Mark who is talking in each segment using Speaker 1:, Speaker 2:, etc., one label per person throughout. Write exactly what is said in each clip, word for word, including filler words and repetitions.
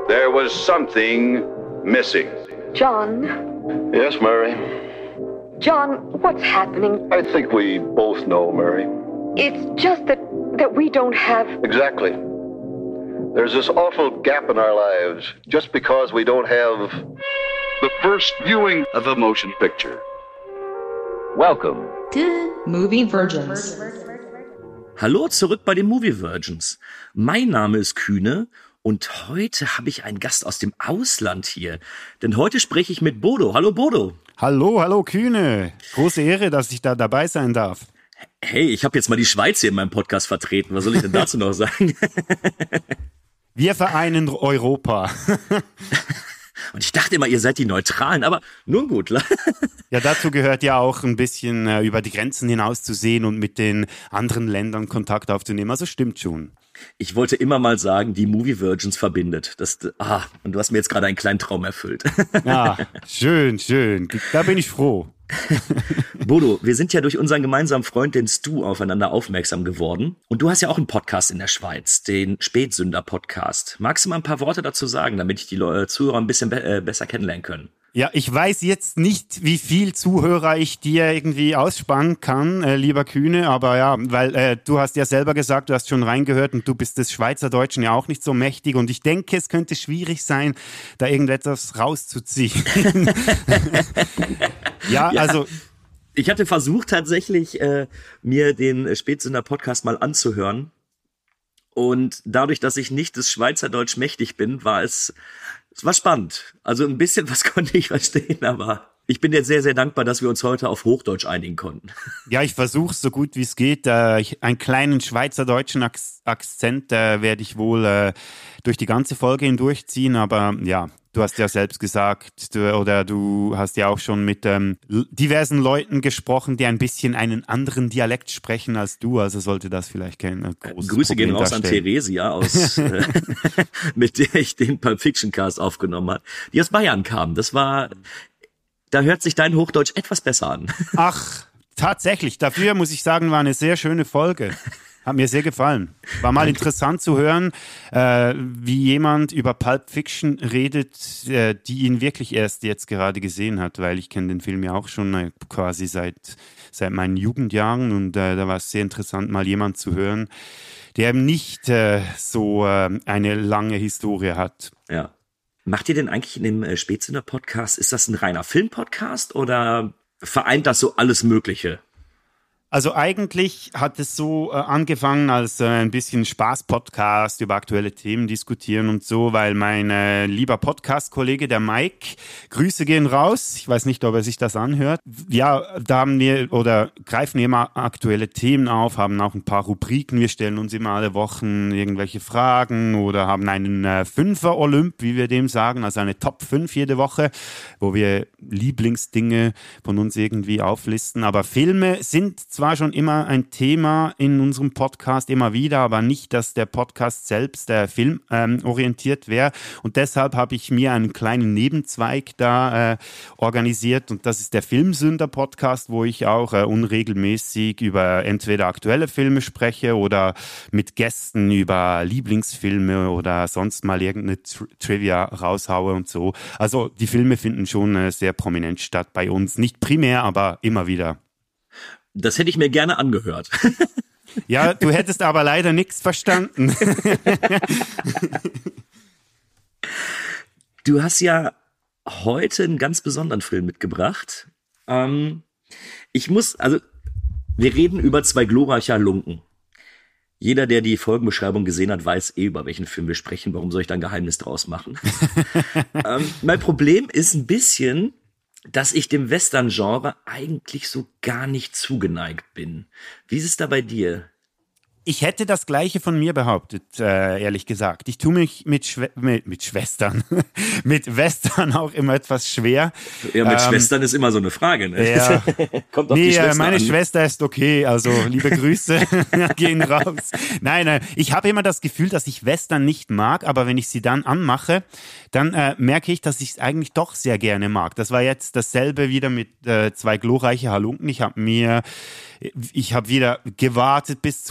Speaker 1: There was something missing.
Speaker 2: John?
Speaker 3: Yes, Mary?
Speaker 2: John, what's happening?
Speaker 3: I think we both know, Mary.
Speaker 2: It's just that, that we don't have...
Speaker 3: Exactly. There's this awful gap in our lives just because we don't have...
Speaker 1: The first viewing of a motion picture.
Speaker 4: Welcome
Speaker 5: to Movie Virgins.
Speaker 6: Hallo zurück bei den Movie Virgins. Mein Name ist Kühne und heute habe ich einen Gast aus dem Ausland hier. Denn heute spreche ich mit Bodo. Hallo Bodo.
Speaker 7: Hallo, hallo Kühne. Große Ehre, dass ich da dabei sein darf.
Speaker 6: Hey, ich habe jetzt mal die Schweiz hier in meinem Podcast vertreten. Was soll ich denn dazu noch sagen?
Speaker 7: Wir vereinen Europa.
Speaker 6: Und ich dachte immer, ihr seid die Neutralen, aber nun gut.
Speaker 7: Ja, dazu gehört ja auch ein bisschen äh, über die Grenzen hinaus zu sehen und mit den anderen Ländern Kontakt aufzunehmen. Also stimmt schon.
Speaker 6: Ich wollte immer mal sagen, die Movie Virgins verbindet. Das, ah, und du hast mir jetzt gerade einen kleinen Traum erfüllt.
Speaker 7: Ja, schön, schön. Da bin ich froh.
Speaker 6: Bodo, wir sind ja durch unseren gemeinsamen Freund, den Stu, aufeinander aufmerksam geworden. Und du hast ja auch einen Podcast in der Schweiz, den Spätsünder-Podcast. Magst du mal ein paar Worte dazu sagen, damit ich die Zuhörer ein bisschen be- äh, besser kennenlernen können?
Speaker 7: Ja, ich weiß jetzt nicht, wie viel Zuhörer ich dir irgendwie ausspannen kann, äh, lieber Kühne, aber ja, weil äh, du hast ja selber gesagt, du hast schon reingehört und du bist des Schweizerdeutschen ja auch nicht so mächtig und ich denke, es könnte schwierig sein, da irgendetwas rauszuziehen. ja, ja, also...
Speaker 6: Ich hatte versucht tatsächlich, äh, mir den Spätsünder-Podcast mal anzuhören und dadurch, dass ich nicht des Schweizerdeutsch mächtig bin, war es... Es war spannend. Also ein bisschen was konnte ich verstehen, aber ich bin jetzt sehr, sehr dankbar, dass wir uns heute auf Hochdeutsch einigen konnten.
Speaker 7: Ja, ich versuche so gut wie es geht. Äh, ich, einen kleinen schweizerdeutschen Ak- Akzent äh, werde ich wohl äh, durch die ganze Folge hindurchziehen, aber ja, du hast ja selbst gesagt, du, oder du hast ja auch schon mit ähm, diversen Leuten gesprochen, die ein bisschen einen anderen Dialekt sprechen als du, also sollte das vielleicht kein äh, großes
Speaker 6: Grüße
Speaker 7: Problem
Speaker 6: gehen raus
Speaker 7: darstellen.
Speaker 6: An Theresia, aus, äh, mit der ich den Pulp Fiction Cast aufgenommen habe, die aus Bayern kam. Das war, da hört sich dein Hochdeutsch etwas besser an.
Speaker 7: Ach, tatsächlich, dafür muss ich sagen, war eine sehr schöne Folge. Hat mir sehr gefallen. War mal
Speaker 6: Danke.
Speaker 7: Interessant zu hören, äh, wie jemand über Pulp Fiction redet, äh, die ihn wirklich erst jetzt gerade gesehen hat, weil ich kenne den Film ja auch schon äh, quasi seit, seit meinen Jugendjahren und äh, da war es sehr interessant, mal jemand zu hören, der eben nicht äh, so äh, eine lange Historie hat.
Speaker 6: Ja. Macht ihr denn eigentlich in dem äh, Spätsünder-Podcast, ist das ein reiner Film-Podcast oder vereint das so alles Mögliche?
Speaker 7: Also eigentlich hat es so äh, angefangen als äh, ein bisschen Spaß-Podcast über aktuelle Themen diskutieren und so, weil mein äh, lieber Podcast-Kollege, der Mike, Grüße gehen raus, ich weiß nicht, ob er sich das anhört. Ja, da haben wir oder greifen wir immer aktuelle Themen auf, haben auch ein paar Rubriken, wir stellen uns immer alle Wochen irgendwelche Fragen oder haben einen äh, Fünfer-Olymp, wie wir dem sagen, also eine Top fünf jede Woche, wo wir Lieblingsdinge von uns irgendwie auflisten, aber Filme sind zwar war schon immer ein Thema in unserem Podcast, immer wieder, aber nicht, dass der Podcast selbst der Film ähm, orientiert wäre. Und deshalb habe ich mir einen kleinen Nebenzweig da äh, organisiert und das ist der Filmsünder-Podcast, wo ich auch äh, unregelmäßig über entweder aktuelle Filme spreche oder mit Gästen über Lieblingsfilme oder sonst mal irgendeine Tri- Trivia raushaue und so. Also die Filme finden schon äh, sehr prominent statt bei uns. Nicht primär, aber immer wieder.
Speaker 6: Das hätte ich mir gerne angehört.
Speaker 7: Ja, du hättest aber leider nichts verstanden.
Speaker 6: Du hast ja heute einen ganz besonderen Film mitgebracht. Ähm, ich muss, also, wir reden über Zwei glorreiche Halunken. Jeder, der die Folgenbeschreibung gesehen hat, weiß eh, über welchen Film wir sprechen. Warum soll ich da ein Geheimnis draus machen? ähm, mein Problem ist ein bisschen, dass ich dem Western-Genre eigentlich so gar nicht zugeneigt bin. Wie ist es da bei dir?
Speaker 7: Ich hätte das Gleiche von mir behauptet, äh, ehrlich gesagt. Ich tue mich mit, Schwe- mit, mit Schwestern, mit Western auch immer etwas schwer.
Speaker 6: Ja, mit
Speaker 7: ähm,
Speaker 6: Schwestern ist immer so eine Frage, ne?
Speaker 7: Ja.
Speaker 6: Kommt auf
Speaker 7: nee,
Speaker 6: die Schwester
Speaker 7: meine
Speaker 6: an.
Speaker 7: Schwester ist okay, also liebe Grüße gehen raus. Nein, nein, ich habe immer das Gefühl, dass ich Western nicht mag, aber wenn ich sie dann anmache, dann äh, merke ich, dass ich es eigentlich doch sehr gerne mag. Das war jetzt dasselbe wieder mit äh, Zwei glorreiche Halunken. Ich habe mir, ich habe wieder gewartet bis zum letzten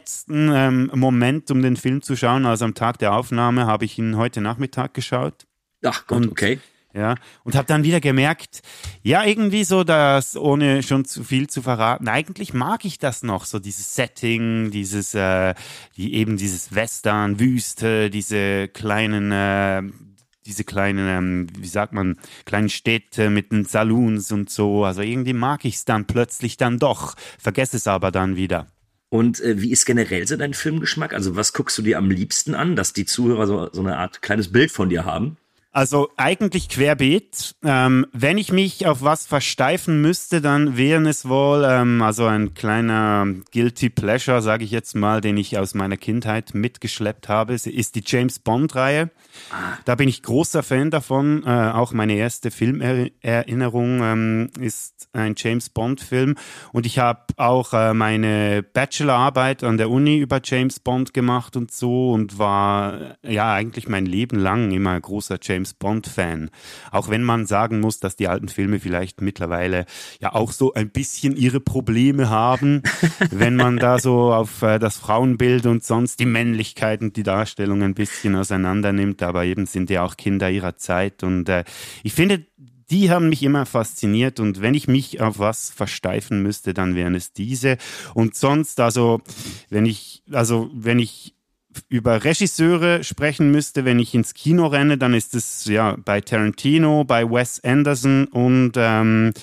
Speaker 7: letzten ähm, Moment, um den Film zu schauen. Also am Tag der Aufnahme habe ich ihn heute Nachmittag geschaut.
Speaker 6: Ach Gott,
Speaker 7: Und,
Speaker 6: okay.
Speaker 7: Ja, und habe dann wieder gemerkt, ja, irgendwie so, dass, ohne schon zu viel zu verraten, eigentlich mag ich das noch, so dieses Setting, dieses, äh, die, eben dieses Western, Wüste, diese kleinen, äh, diese kleinen, ähm, wie sagt man, kleinen Städte mit den Saloons und so. Also irgendwie mag ich es dann plötzlich dann doch, vergesse es aber dann wieder.
Speaker 6: Und äh, wie ist generell so dein Filmgeschmack? Also was guckst du dir am liebsten an, dass die Zuhörer so, so eine Art kleines Bild von dir haben?
Speaker 7: Also eigentlich querbeet. Ähm, wenn ich mich auf was versteifen müsste, dann wären es wohl ähm, also ein kleiner Guilty Pleasure, sage ich jetzt mal, den ich aus meiner Kindheit mitgeschleppt habe, es ist die James Bond-Reihe. Da bin ich großer Fan davon. Äh, auch meine erste Filmerinnerung ähm, ist ein James Bond-Film. Und ich habe auch äh, meine Bachelorarbeit an der Uni über James Bond gemacht und so und war ja eigentlich mein Leben lang immer großer James Bond-Fan. Auch wenn man sagen muss, dass die alten Filme vielleicht mittlerweile ja auch so ein bisschen ihre Probleme haben, wenn man da so auf äh, das Frauenbild und sonst die Männlichkeit und die Darstellung ein bisschen auseinander nimmt. Aber eben sind ja auch Kinder ihrer Zeit. Und äh, ich finde, die haben mich immer fasziniert. Und wenn ich mich auf was versteifen müsste, dann wären es diese. Und sonst, also wenn ich, also wenn ich über Regisseure sprechen müsste, wenn ich ins Kino renne, dann ist es ja bei Tarantino, bei Wes Anderson und ähm,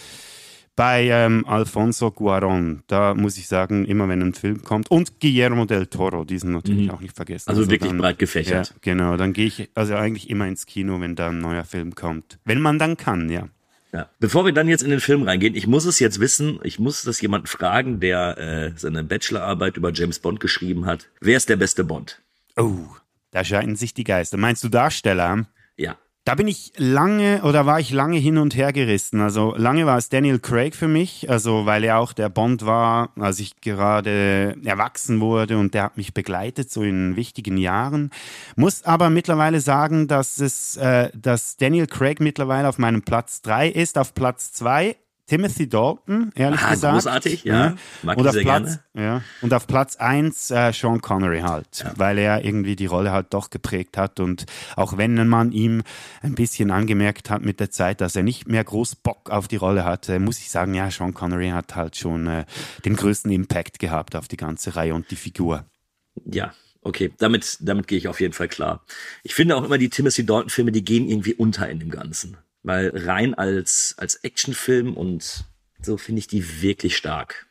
Speaker 7: bei ähm, Alfonso Cuarón. Da muss ich sagen, immer wenn ein Film kommt. Und Guillermo del Toro, diesen natürlich mhm. auch nicht vergessen.
Speaker 6: Also, also wirklich
Speaker 7: dann,
Speaker 6: breit gefächert.
Speaker 7: Ja, genau, dann gehe ich also eigentlich immer ins Kino, wenn da ein neuer Film kommt. Wenn man dann kann, ja.
Speaker 6: Ja. Bevor wir dann jetzt in den Film reingehen, ich muss es jetzt wissen, ich muss das jemanden fragen, der äh, seine Bachelorarbeit über James Bond geschrieben hat. Wer ist der beste Bond?
Speaker 7: Oh, da scheiden sich die Geister. Meinst du Darsteller?
Speaker 6: Ja.
Speaker 7: Da bin ich lange oder war ich lange hin und her gerissen. Also lange war es Daniel Craig für mich, also weil er auch der Bond war, als ich gerade erwachsen wurde und der hat mich begleitet, so in wichtigen Jahren. Muss aber mittlerweile sagen, dass es, äh, dass Daniel Craig mittlerweile auf meinem Platz drei ist, auf Platz zwei Timothy Dalton, ehrlich
Speaker 6: ah,
Speaker 7: gesagt.
Speaker 6: Großartig, ja. Mag
Speaker 7: und,
Speaker 6: ich
Speaker 7: auf
Speaker 6: sehr
Speaker 7: Platz,
Speaker 6: gerne.
Speaker 7: ja. und auf Platz eins äh, Sean Connery halt, ja. weil er irgendwie die Rolle halt doch geprägt hat. Und auch wenn man ihm ein bisschen angemerkt hat mit der Zeit, dass er nicht mehr groß Bock auf die Rolle hatte, muss ich sagen, ja, Sean Connery hat halt schon äh, den größten Impact gehabt auf die ganze Reihe und die Figur.
Speaker 6: Ja. Okay, damit, damit gehe ich auf jeden Fall klar. Ich finde auch immer, die Timothy Dalton-Filme, die gehen irgendwie unter in dem Ganzen. Weil rein als, als Actionfilm und so finde ich die wirklich stark.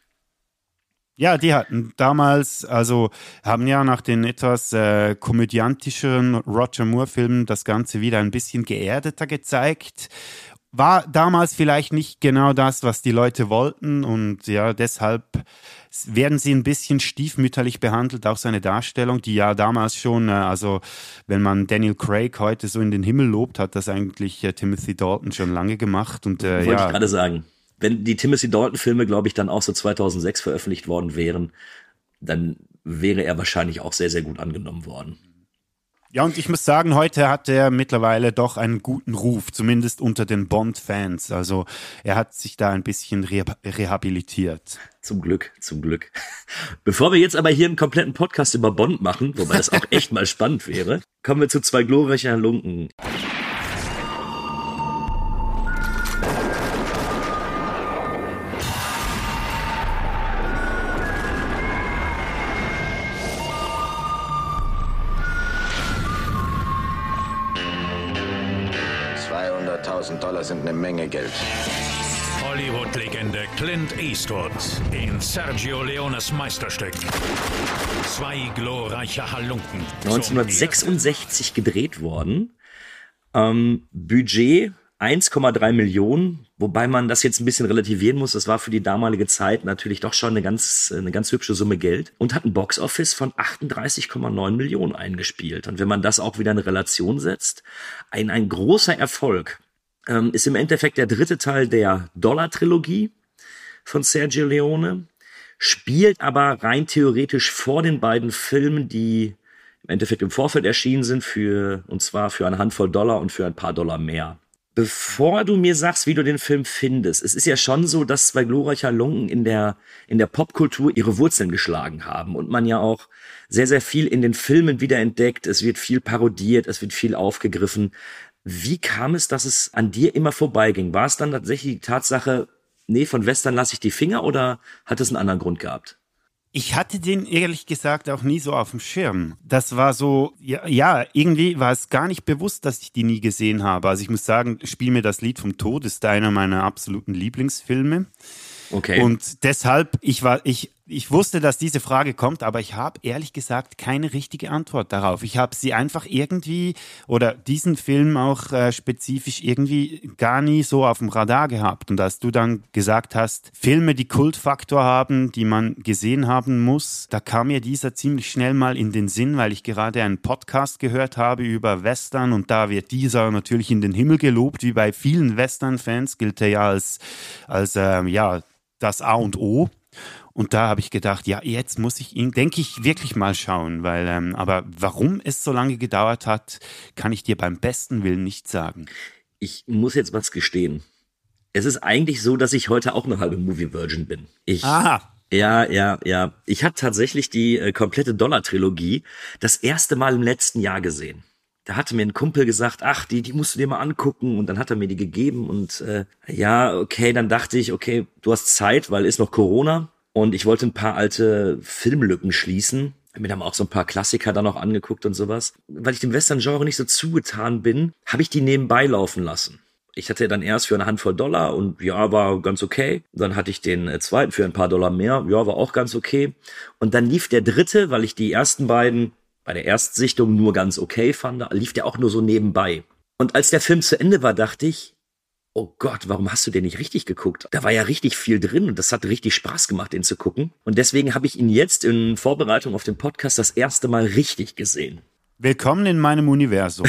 Speaker 7: Ja, die hatten damals, also haben ja nach den etwas äh, komödiantischen Roger Moore-Filmen das Ganze wieder ein bisschen geerdeter gezeigt. War damals vielleicht nicht genau das, was die Leute wollten und ja, deshalb werden sie ein bisschen stiefmütterlich behandelt, auch seine Darstellung, die ja damals schon, also wenn man Daniel Craig heute so in den Himmel lobt, hat das eigentlich äh, Timothy Dalton schon lange gemacht. Und äh,
Speaker 6: Wollte
Speaker 7: ja.
Speaker 6: ich gerade sagen, wenn die Timothy Dalton-Filme, glaube ich, dann auch so zweitausendsechs veröffentlicht worden wären, dann wäre er wahrscheinlich auch sehr, sehr gut angenommen worden.
Speaker 7: Ja, und ich muss sagen, heute hat er mittlerweile doch einen guten Ruf, zumindest unter den Bond-Fans. Also er hat sich da ein bisschen re- rehabilitiert.
Speaker 6: Zum Glück, zum Glück. Bevor wir jetzt aber hier einen kompletten Podcast über Bond machen, wobei das auch echt mal spannend wäre, kommen wir zu zwei glorreicher Lunken.
Speaker 8: zweihunderttausend Dollar sind eine Menge Geld.
Speaker 9: Hollywood-Legende Clint Eastwood in Sergio Leones Meisterstück. Zwei glorreiche Halunken.
Speaker 6: neunzehnhundertsechsundsechzig gedreht worden. Ähm, Budget eins Komma drei Millionen, wobei man das jetzt ein bisschen relativieren muss. Das war für die damalige Zeit natürlich doch schon eine ganz, eine ganz hübsche Summe Geld und hat ein Boxoffice von achtunddreißig Komma neun Millionen eingespielt. Und wenn man das auch wieder in Relation setzt, ein, ein großer Erfolg. Ähm, ist im Endeffekt der dritte Teil der Dollar-Trilogie von Sergio Leone, spielt aber rein theoretisch vor den beiden Filmen, die im Endeffekt im Vorfeld erschienen sind, für und zwar für eine Handvoll Dollar und für ein paar Dollar mehr. Bevor du mir sagst, wie du den Film findest, es ist ja schon so, dass Zwei glorreicher Lunken in der, in der Popkultur ihre Wurzeln geschlagen haben und man ja auch sehr, sehr viel in den Filmen wiederentdeckt. Es wird viel parodiert, es wird viel aufgegriffen. Wie kam es, dass es an dir immer vorbeiging? War es dann tatsächlich die Tatsache, nee, von Western lasse ich die Finger, oder hat es einen anderen Grund gehabt?
Speaker 7: Ich hatte den ehrlich gesagt auch nie so auf dem Schirm. Das war so, ja, ja, irgendwie war es gar nicht bewusst, dass ich die nie gesehen habe. Also ich muss sagen, Spiel mir das Lied vom Tod ist einer meiner absoluten Lieblingsfilme.
Speaker 6: Okay.
Speaker 7: Und deshalb, ich war, ich, ich wusste, dass diese Frage kommt, aber ich habe ehrlich gesagt keine richtige Antwort darauf. Ich habe sie einfach irgendwie, oder diesen Film auch äh, spezifisch irgendwie gar nie so auf dem Radar gehabt. Und als du dann gesagt hast, Filme, die Kultfaktor haben, die man gesehen haben muss, da kam mir dieser ziemlich schnell mal in den Sinn, weil ich gerade einen Podcast gehört habe über Western und da wird dieser natürlich in den Himmel gelobt, wie bei vielen Western-Fans gilt er ja als, als ähm, ja, das A und O. Und da habe ich gedacht, ja, jetzt muss ich ihn, denke ich, wirklich mal schauen. Weil, ähm, aber warum es so lange gedauert hat, kann ich dir beim besten Willen nicht sagen.
Speaker 6: Ich muss jetzt was gestehen. Es ist eigentlich so, dass ich heute auch eine halbe Movie-Virgin bin. Ich,
Speaker 7: Aha.
Speaker 6: Ja, ja, ja. Ich habe tatsächlich die äh, komplette Dollar-Trilogie das erste Mal im letzten Jahr gesehen. Da hatte mir ein Kumpel gesagt, ach, die, die musst du dir mal angucken. Und dann hat er mir die gegeben. Und äh, ja, okay, dann dachte ich, okay, du hast Zeit, weil ist noch Corona. Und ich wollte ein paar alte Filmlücken schließen. Hab mir dann auch so ein paar Klassiker dann noch angeguckt und sowas. Weil ich dem Western-Genre nicht so zugetan bin, habe ich die nebenbei laufen lassen. Ich hatte dann erst für eine Handvoll Dollar und ja, war ganz okay. Dann hatte ich den äh, zweiten für ein paar Dollar mehr. Ja, war auch ganz okay. Und dann lief der dritte, weil ich die ersten beiden bei der Erstsichtung nur ganz okay fand, lief der auch nur so nebenbei. Und als der Film zu Ende war, dachte ich, oh Gott, warum hast du den nicht richtig geguckt? Da war ja richtig viel drin und das hat richtig Spaß gemacht, den zu gucken. Und deswegen habe ich ihn jetzt in Vorbereitung auf den Podcast das erste Mal richtig gesehen.
Speaker 7: Willkommen in meinem Universum.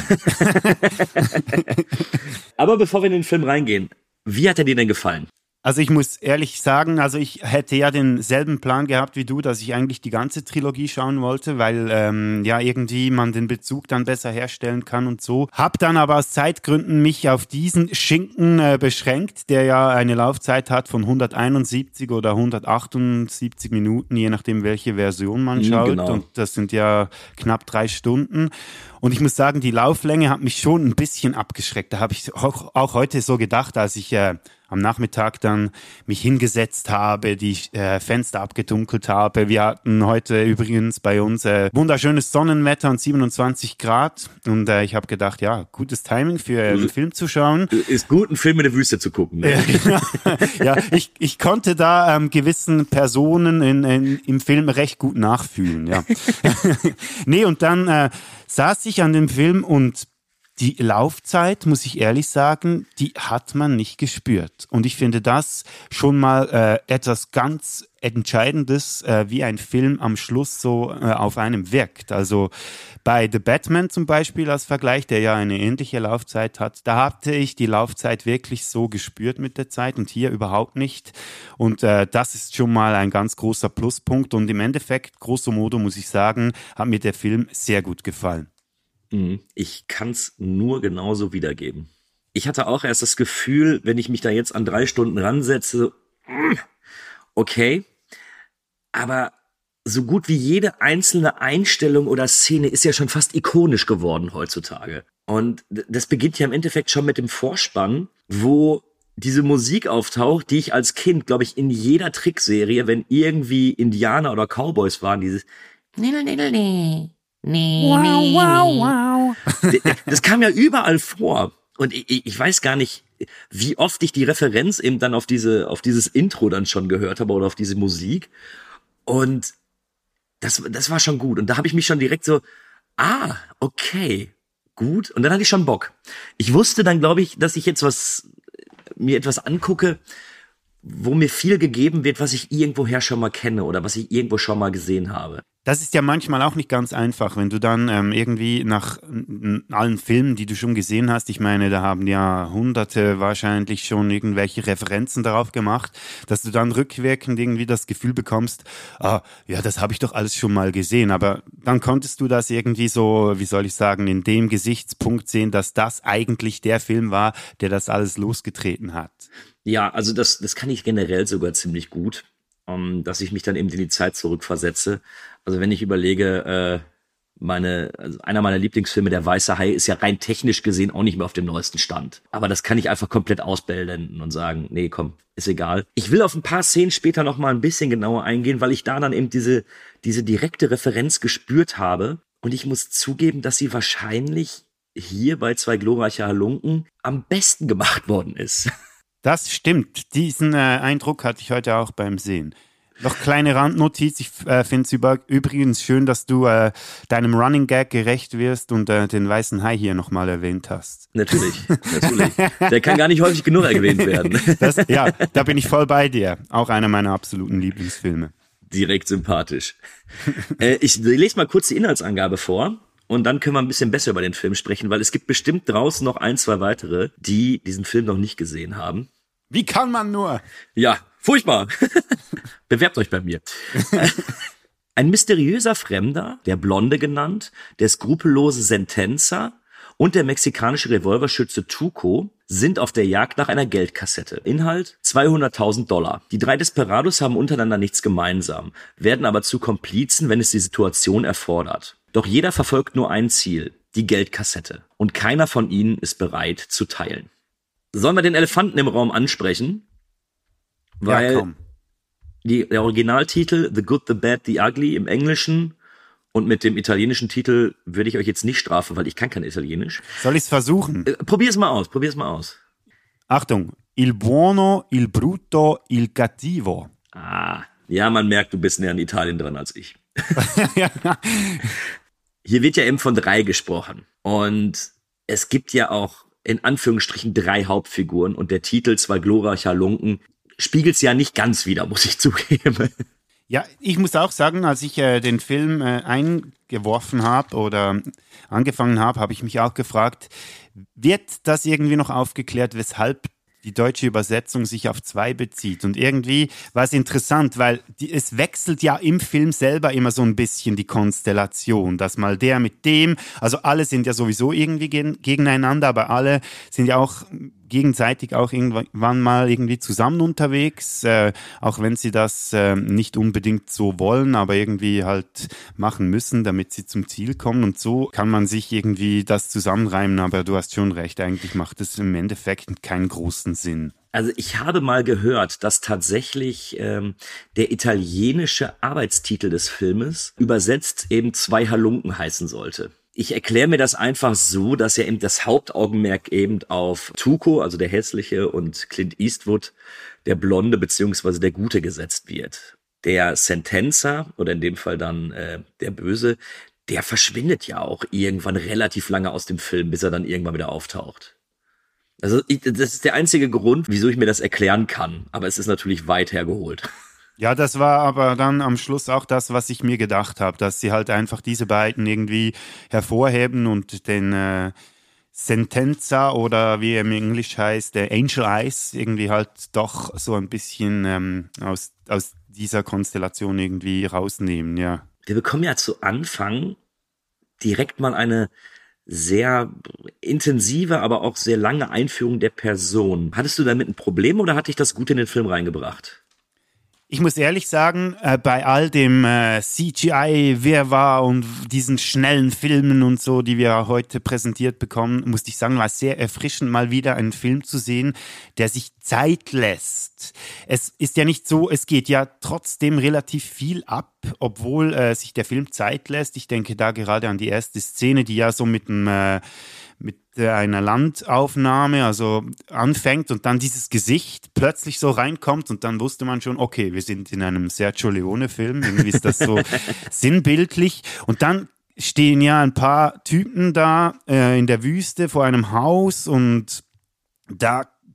Speaker 6: Aber bevor wir in den Film reingehen, wie hat er dir denn gefallen?
Speaker 7: Also ich muss ehrlich sagen, also ich hätte ja denselben Plan gehabt wie du, dass ich eigentlich die ganze Trilogie schauen wollte, weil ähm, ja irgendwie man den Bezug dann besser herstellen kann und so. Hab dann aber aus Zeitgründen mich auf diesen Schinken äh, beschränkt, der ja eine Laufzeit hat von hunderteinundsiebzig oder hundertachtundsiebzig Minuten, je nachdem welche Version man schaut.
Speaker 6: Genau.
Speaker 7: Und das sind ja knapp drei Stunden. Und ich muss sagen, die Lauflänge hat mich schon ein bisschen abgeschreckt. Da habe ich auch, auch heute so gedacht, als ich äh, am Nachmittag dann mich hingesetzt habe, die äh, Fenster abgedunkelt habe. Wir hatten heute übrigens bei uns äh, wunderschönes Sonnenwetter und siebenundzwanzig Grad. Und äh, ich habe gedacht, ja, gutes Timing für einen Film zu schauen.
Speaker 6: Ist gut, einen Film in der Wüste zu gucken. Ne?
Speaker 7: Ja, ich, ich konnte da ähm, gewissen Personen in, in, im Film recht gut nachfühlen. Ja. Nee, und dann äh, saß ich an dem Film und die Laufzeit, muss ich ehrlich sagen, die hat man nicht gespürt. Und ich finde das schon mal äh, etwas ganz Entscheidendes, äh, wie ein Film am Schluss so äh, auf einem wirkt. Also bei The Batman zum Beispiel als Vergleich, der ja eine ähnliche Laufzeit hat, da hatte ich die Laufzeit wirklich so gespürt mit der Zeit und hier überhaupt nicht. Und äh, das ist schon mal ein ganz großer Pluspunkt. Und im Endeffekt, grosso modo muss ich sagen, hat mir der Film sehr gut gefallen.
Speaker 6: Ich kann's nur genauso wiedergeben. Ich hatte auch erst das Gefühl, wenn ich mich da jetzt an drei Stunden ransetze, okay, aber so gut wie jede einzelne Einstellung oder Szene ist ja schon fast ikonisch geworden heutzutage. Und das beginnt ja im Endeffekt schon mit dem Vorspann, wo diese Musik auftaucht, die ich als Kind, glaube ich, in jeder Trickserie, wenn irgendwie Indianer oder Cowboys waren, dieses Nee, wow, wow, wow. Das kam ja überall vor. Und ich, ich weiß gar nicht, wie oft ich die Referenz eben dann auf diese, auf dieses Intro dann schon gehört habe oder auf diese Musik. Und das, das war schon gut. Und da habe ich mich schon direkt so, ah, okay, gut. Und dann hatte ich schon Bock. Ich wusste dann, glaube ich, dass ich jetzt was, mir etwas angucke, wo mir viel gegeben wird, was ich irgendwoher schon mal kenne oder was ich irgendwo schon mal gesehen habe.
Speaker 7: Das ist ja manchmal auch nicht ganz einfach, wenn du dann ähm, irgendwie nach n- allen Filmen, die du schon gesehen hast, ich meine, da haben ja Hunderte wahrscheinlich schon irgendwelche Referenzen darauf gemacht, dass du dann rückwirkend irgendwie das Gefühl bekommst, ah, ja, das habe ich doch alles schon mal gesehen, aber dann konntest du das irgendwie so, wie soll ich sagen, in dem Gesichtspunkt sehen, dass das eigentlich der Film war, der das alles losgetreten hat.
Speaker 6: Ja, also das, das kann ich generell sogar ziemlich gut, um, dass ich mich dann eben in die Zeit zurückversetze. Also wenn ich überlege, äh, meine, also einer meiner Lieblingsfilme, Der Weiße Hai, ist ja rein technisch gesehen auch nicht mehr auf dem neuesten Stand. Aber das kann ich einfach komplett ausblenden und sagen, nee, komm, ist egal. Ich will auf ein paar Szenen später noch mal ein bisschen genauer eingehen, weil ich da dann eben diese, diese direkte Referenz gespürt habe. Und ich muss zugeben, dass sie wahrscheinlich hier bei Zwei glorreiche Halunken am besten gemacht worden ist.
Speaker 7: Das stimmt. Diesen äh, Eindruck hatte ich heute auch beim Sehen. Noch kleine Randnotiz, ich äh, finde es über, übrigens schön, dass du äh, deinem Running Gag gerecht wirst und äh, den Weißen Hai hier nochmal erwähnt hast.
Speaker 6: Natürlich, natürlich. Der kann gar nicht häufig genug erwähnt werden.
Speaker 7: Das, ja, da bin ich voll bei dir. Auch einer meiner absoluten Lieblingsfilme.
Speaker 6: Direkt sympathisch. äh, ich lese mal kurz die Inhaltsangabe vor und dann können wir ein bisschen besser über den Film sprechen, weil es gibt bestimmt draußen noch ein, zwei weitere, die diesen Film noch nicht gesehen haben.
Speaker 7: Wie kann man nur?
Speaker 6: Ja, furchtbar. Bewerbt euch bei mir. Ein mysteriöser Fremder, der Blonde genannt, der skrupellose Sentenza und der mexikanische Revolverschütze Tuco sind auf der Jagd nach einer Geldkassette. Inhalt zweihunderttausend Dollar. Die drei Desperados haben untereinander nichts gemeinsam, werden aber zu Komplizen, wenn es die Situation erfordert. Doch jeder verfolgt nur ein Ziel, die Geldkassette. Und keiner von ihnen ist bereit zu teilen. Sollen wir den Elefanten im Raum ansprechen? Weil
Speaker 7: ja, komm.
Speaker 6: Die, der Originaltitel The Good, The Bad, The Ugly im Englischen und mit dem italienischen Titel würde ich euch jetzt nicht strafen, weil ich kann kein Italienisch.
Speaker 7: Soll ich es versuchen?
Speaker 6: Äh, probier's mal aus, probier's mal aus.
Speaker 7: Achtung. Il buono, il brutto, il cattivo.
Speaker 6: Ah, ja, man merkt, du bist näher an Italien dran als ich. Hier wird ja eben von drei gesprochen und es gibt ja auch in Anführungsstrichen drei Hauptfiguren und der Titel Zwei glorreiche Halunken spiegelt es ja nicht ganz wider, muss ich zugeben.
Speaker 7: Ja, ich muss auch sagen, als ich äh, den Film äh, eingeworfen habe oder angefangen habe, habe ich mich auch gefragt, wird das irgendwie noch aufgeklärt, weshalb die deutsche Übersetzung sich auf zwei bezieht? Und irgendwie war es interessant, weil die, es wechselt ja im Film selber immer so ein bisschen die Konstellation, dass mal der mit dem, also alle sind ja sowieso irgendwie gen, gegeneinander, aber alle sind ja auch gegenseitig auch irgendwann mal irgendwie zusammen unterwegs, äh, auch wenn sie das äh, nicht unbedingt so wollen, aber irgendwie halt machen müssen, damit sie zum Ziel kommen. Und so kann man sich irgendwie das zusammenreimen, aber du hast schon recht, eigentlich macht es im Endeffekt keinen großen Sinn.
Speaker 6: Also ich habe mal gehört, dass tatsächlich ähm, der italienische Arbeitstitel des Filmes übersetzt eben Zwei Halunken heißen sollte. Ich erkläre mir das einfach so, dass ja eben das Hauptaugenmerk eben auf Tuco, also der Hässliche, und Clint Eastwood, der Blonde beziehungsweise der Gute, gesetzt wird. Der Sentenza, oder in dem Fall dann äh, der Böse, der verschwindet ja auch irgendwann relativ lange aus dem Film, bis er dann irgendwann wieder auftaucht. Also ich, das ist der einzige Grund, wieso ich mir das erklären kann. Aber es ist natürlich weit hergeholt.
Speaker 7: Ja, das war aber dann am Schluss auch das, was ich mir gedacht habe, dass sie halt einfach diese beiden irgendwie hervorheben und den äh, Sentenza oder wie er im Englisch heißt, der Angel Eyes, irgendwie halt doch so ein bisschen ähm, aus, aus dieser Konstellation irgendwie rausnehmen, ja.
Speaker 6: Wir bekommen ja zu Anfang direkt mal eine sehr intensive, aber auch sehr lange Einführung der Person. Hattest du damit ein Problem oder hat dich das gut in den Film reingebracht?
Speaker 7: Ich muss ehrlich sagen, äh, bei all dem äh, C G I-Wirrwarr und diesen schnellen Filmen und so, die wir heute präsentiert bekommen, musste ich sagen, war es sehr erfrischend, mal wieder einen Film zu sehen, der sich Zeit lässt. Es ist ja nicht so, es geht ja trotzdem relativ viel ab, obwohl äh, sich der Film Zeit lässt. Ich denke da gerade an die erste Szene, die ja so mit einem äh, mit einer Landaufnahme, also anfängt und dann dieses Gesicht plötzlich so reinkommt und dann wusste man schon, okay, wir sind in einem Sergio Leone-Film, irgendwie ist das so sinnbildlich. Und dann stehen ja ein paar Typen da äh, in der Wüste vor einem Haus und da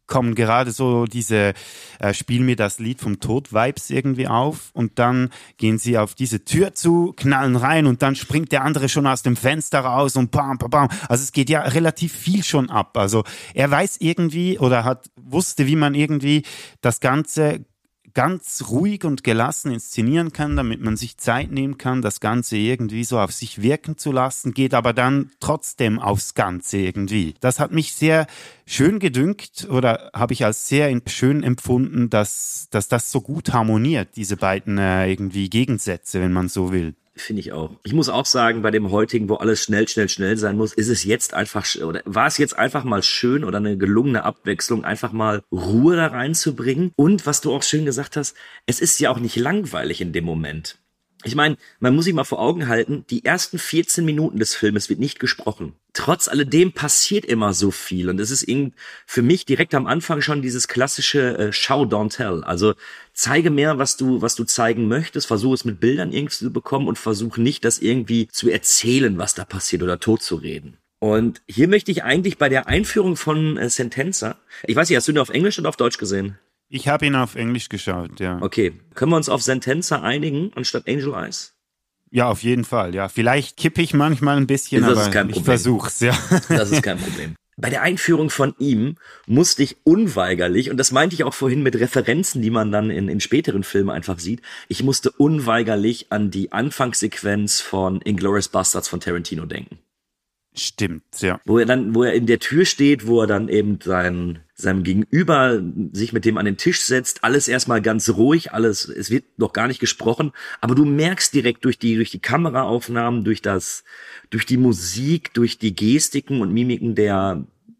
Speaker 7: kommen gerade so diese äh, Spiel mir das Lied vom Tod-Vibes irgendwie auf und dann gehen sie auf diese Tür zu, knallen rein und dann springt der andere schon aus dem Fenster raus und bam, bam, bam. Also es geht ja relativ viel schon ab. Also er weiß irgendwie oder hat wusste, wie man irgendwie das Ganze ganz ruhig und gelassen inszenieren kann, damit man sich Zeit nehmen kann, das Ganze irgendwie so auf sich wirken zu lassen, geht aber dann trotzdem aufs Ganze irgendwie. Das hat mich sehr schön gedünkt oder habe ich als sehr schön empfunden, dass, dass das so gut harmoniert, diese beiden äh, irgendwie Gegensätze, wenn man so will.
Speaker 6: Finde ich auch. Ich muss auch sagen, bei dem heutigen, wo alles schnell, schnell, schnell sein muss, ist es jetzt einfach, oder war es jetzt einfach mal schön oder eine gelungene Abwechslung, einfach mal Ruhe da reinzubringen. Und was du auch schön gesagt hast, es ist ja auch nicht langweilig in dem Moment. Ich meine, man muss sich mal vor Augen halten, die ersten vierzehn Minuten des Filmes wird nicht gesprochen. Trotz alledem passiert immer so viel. Und es ist irgendwie für mich direkt am Anfang schon dieses klassische äh, Show, don't tell. Also zeige mehr, was du was du zeigen möchtest, versuche es mit Bildern irgendwie zu bekommen und versuche nicht, das irgendwie zu erzählen, was da passiert oder totzureden. Und hier möchte ich eigentlich bei der Einführung von äh, Sentenza, ich weiß nicht, hast du ihn auf Englisch oder auf Deutsch gesehen?
Speaker 7: Ich habe ihn auf Englisch geschaut, ja.
Speaker 6: Okay, können wir uns auf Sentenza einigen anstatt Angel Eyes?
Speaker 7: Ja, auf jeden Fall, ja. Vielleicht kippe ich manchmal ein bisschen, das aber ist kein Problem. Ich versuch's, ja.
Speaker 6: Das ist kein Problem. Bei der Einführung von ihm musste ich unweigerlich, und das meinte ich auch vorhin mit Referenzen, die man dann in, in späteren Filmen einfach sieht, ich musste unweigerlich an die Anfangssequenz von Inglourious Basterds von Tarantino denken.
Speaker 7: Stimmt, ja.
Speaker 6: Wo er dann, wo er in der Tür steht, wo er dann eben sein, seinem Gegenüber sich mit dem an den Tisch setzt, alles erstmal ganz ruhig, alles, es wird noch gar nicht gesprochen, aber du merkst direkt durch die, durch die Kameraaufnahmen, durch das, durch die Musik, durch die Gestiken und Mimiken der,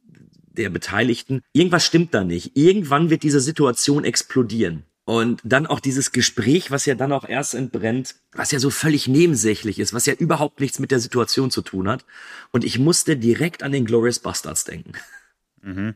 Speaker 6: der Beteiligten, irgendwas stimmt da nicht. Irgendwann wird diese Situation explodieren. Und dann auch dieses Gespräch, was ja dann auch erst entbrennt, was ja so völlig nebensächlich ist, was ja überhaupt nichts mit der Situation zu tun hat. Und ich musste direkt an den Inglourious Basterds denken.
Speaker 7: Mhm.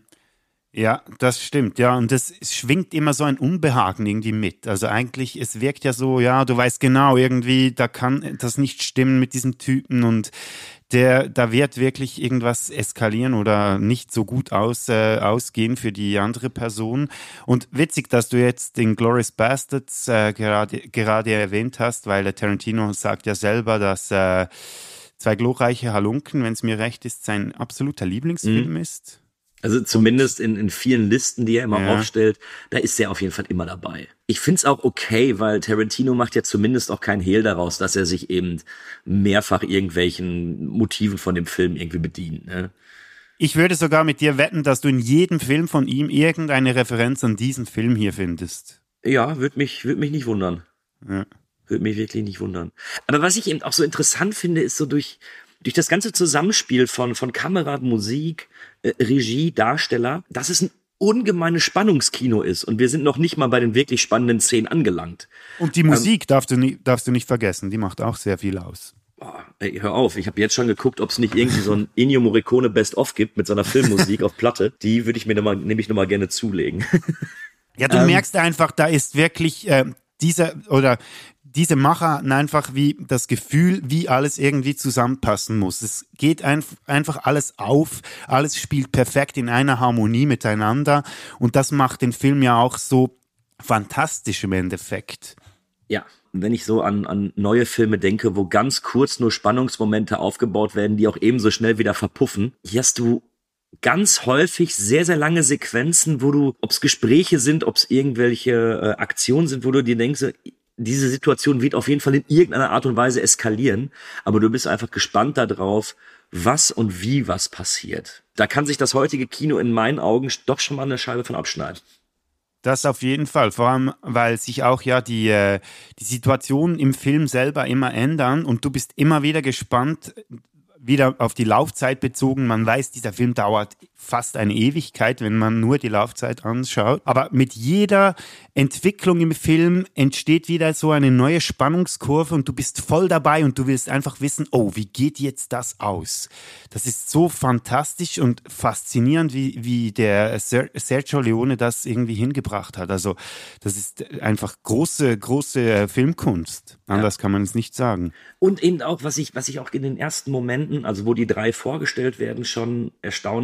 Speaker 7: Ja, das stimmt, ja. Und es schwingt immer so ein Unbehagen irgendwie mit. Also eigentlich, es wirkt ja so, ja, du weißt genau, irgendwie, da kann das nicht stimmen mit diesem Typen und der, da wird wirklich irgendwas eskalieren oder nicht so gut aus, äh, ausgehen für die andere Person. Und witzig, dass du jetzt den Inglourious Basterds äh, gerade, gerade erwähnt hast, weil der Tarantino sagt ja selber, dass äh, Zwei glorreiche Halunken, wenn es mir recht ist, sein absoluter Lieblingsfilm mhm. ist.
Speaker 6: Also zumindest in, in vielen Listen, die er immer
Speaker 7: ja.
Speaker 6: aufstellt, da ist er auf jeden Fall immer dabei. Ich find's auch okay, weil Tarantino macht ja zumindest auch keinen Hehl daraus, dass er sich eben mehrfach irgendwelchen Motiven von dem Film irgendwie bedient. Ne?
Speaker 7: Ich würde sogar mit dir wetten, dass du in jedem Film von ihm irgendeine Referenz an diesen Film hier findest.
Speaker 6: Ja, würde mich, würd mich nicht wundern.
Speaker 7: Ja.
Speaker 6: Würde mich wirklich nicht wundern. Aber was ich eben auch so interessant finde, ist so durch... Durch das ganze Zusammenspiel von, von Kamera, Musik, äh, Regie, Darsteller, dass es ein ungemeines Spannungskino ist. Und wir sind noch nicht mal bei den wirklich spannenden Szenen angelangt.
Speaker 7: Und die Musik ähm, darfst, du nie, darfst du nicht vergessen, die macht auch sehr viel aus.
Speaker 6: Boah, ey, hör auf, ich habe jetzt schon geguckt, ob es nicht irgendwie so ein Ennio Morricone Best-of gibt mit so einer Filmmusik auf Platte. Die würde ich mir nochmal, nämlich nochmal gerne zulegen.
Speaker 7: Ja, du ähm, merkst einfach, da ist wirklich äh, dieser, oder... Diese Macher hatten einfach wie das Gefühl, wie alles irgendwie zusammenpassen muss. Es geht ein, einfach alles auf, alles spielt perfekt in einer Harmonie miteinander und das macht den Film ja auch so fantastisch im Endeffekt.
Speaker 6: Ja, wenn ich so an, an neue Filme denke, wo ganz kurz nur Spannungsmomente aufgebaut werden, die auch ebenso schnell wieder verpuffen, hier hast du ganz häufig sehr, sehr lange Sequenzen, wo du, ob es Gespräche sind, ob es irgendwelche äh, Aktionen sind, wo du dir denkst, diese Situation wird auf jeden Fall in irgendeiner Art und Weise eskalieren, aber du bist einfach gespannt darauf, was und wie was passiert. Da kann sich das heutige Kino in meinen Augen doch schon mal eine Scheibe von abschneiden.
Speaker 7: Das auf jeden Fall, vor allem, weil sich auch ja die, äh, die Situationen im Film selber immer ändern und du bist immer wieder gespannt, wieder auf die Laufzeit bezogen. Man weiß, dieser Film dauert fast eine Ewigkeit, wenn man nur die Laufzeit anschaut. Aber mit jeder Entwicklung im Film entsteht wieder so eine neue Spannungskurve und du bist voll dabei und du willst einfach wissen, oh, wie geht jetzt das aus? Das ist so fantastisch und faszinierend, wie, wie der Sergio Leone das irgendwie hingebracht hat. Also das ist einfach große, große Filmkunst. Anders ja. kann man es nicht sagen.
Speaker 6: Und eben auch, was ich, was ich auch in den ersten Momenten, also wo die drei vorgestellt werden, schon erstaunlich finde,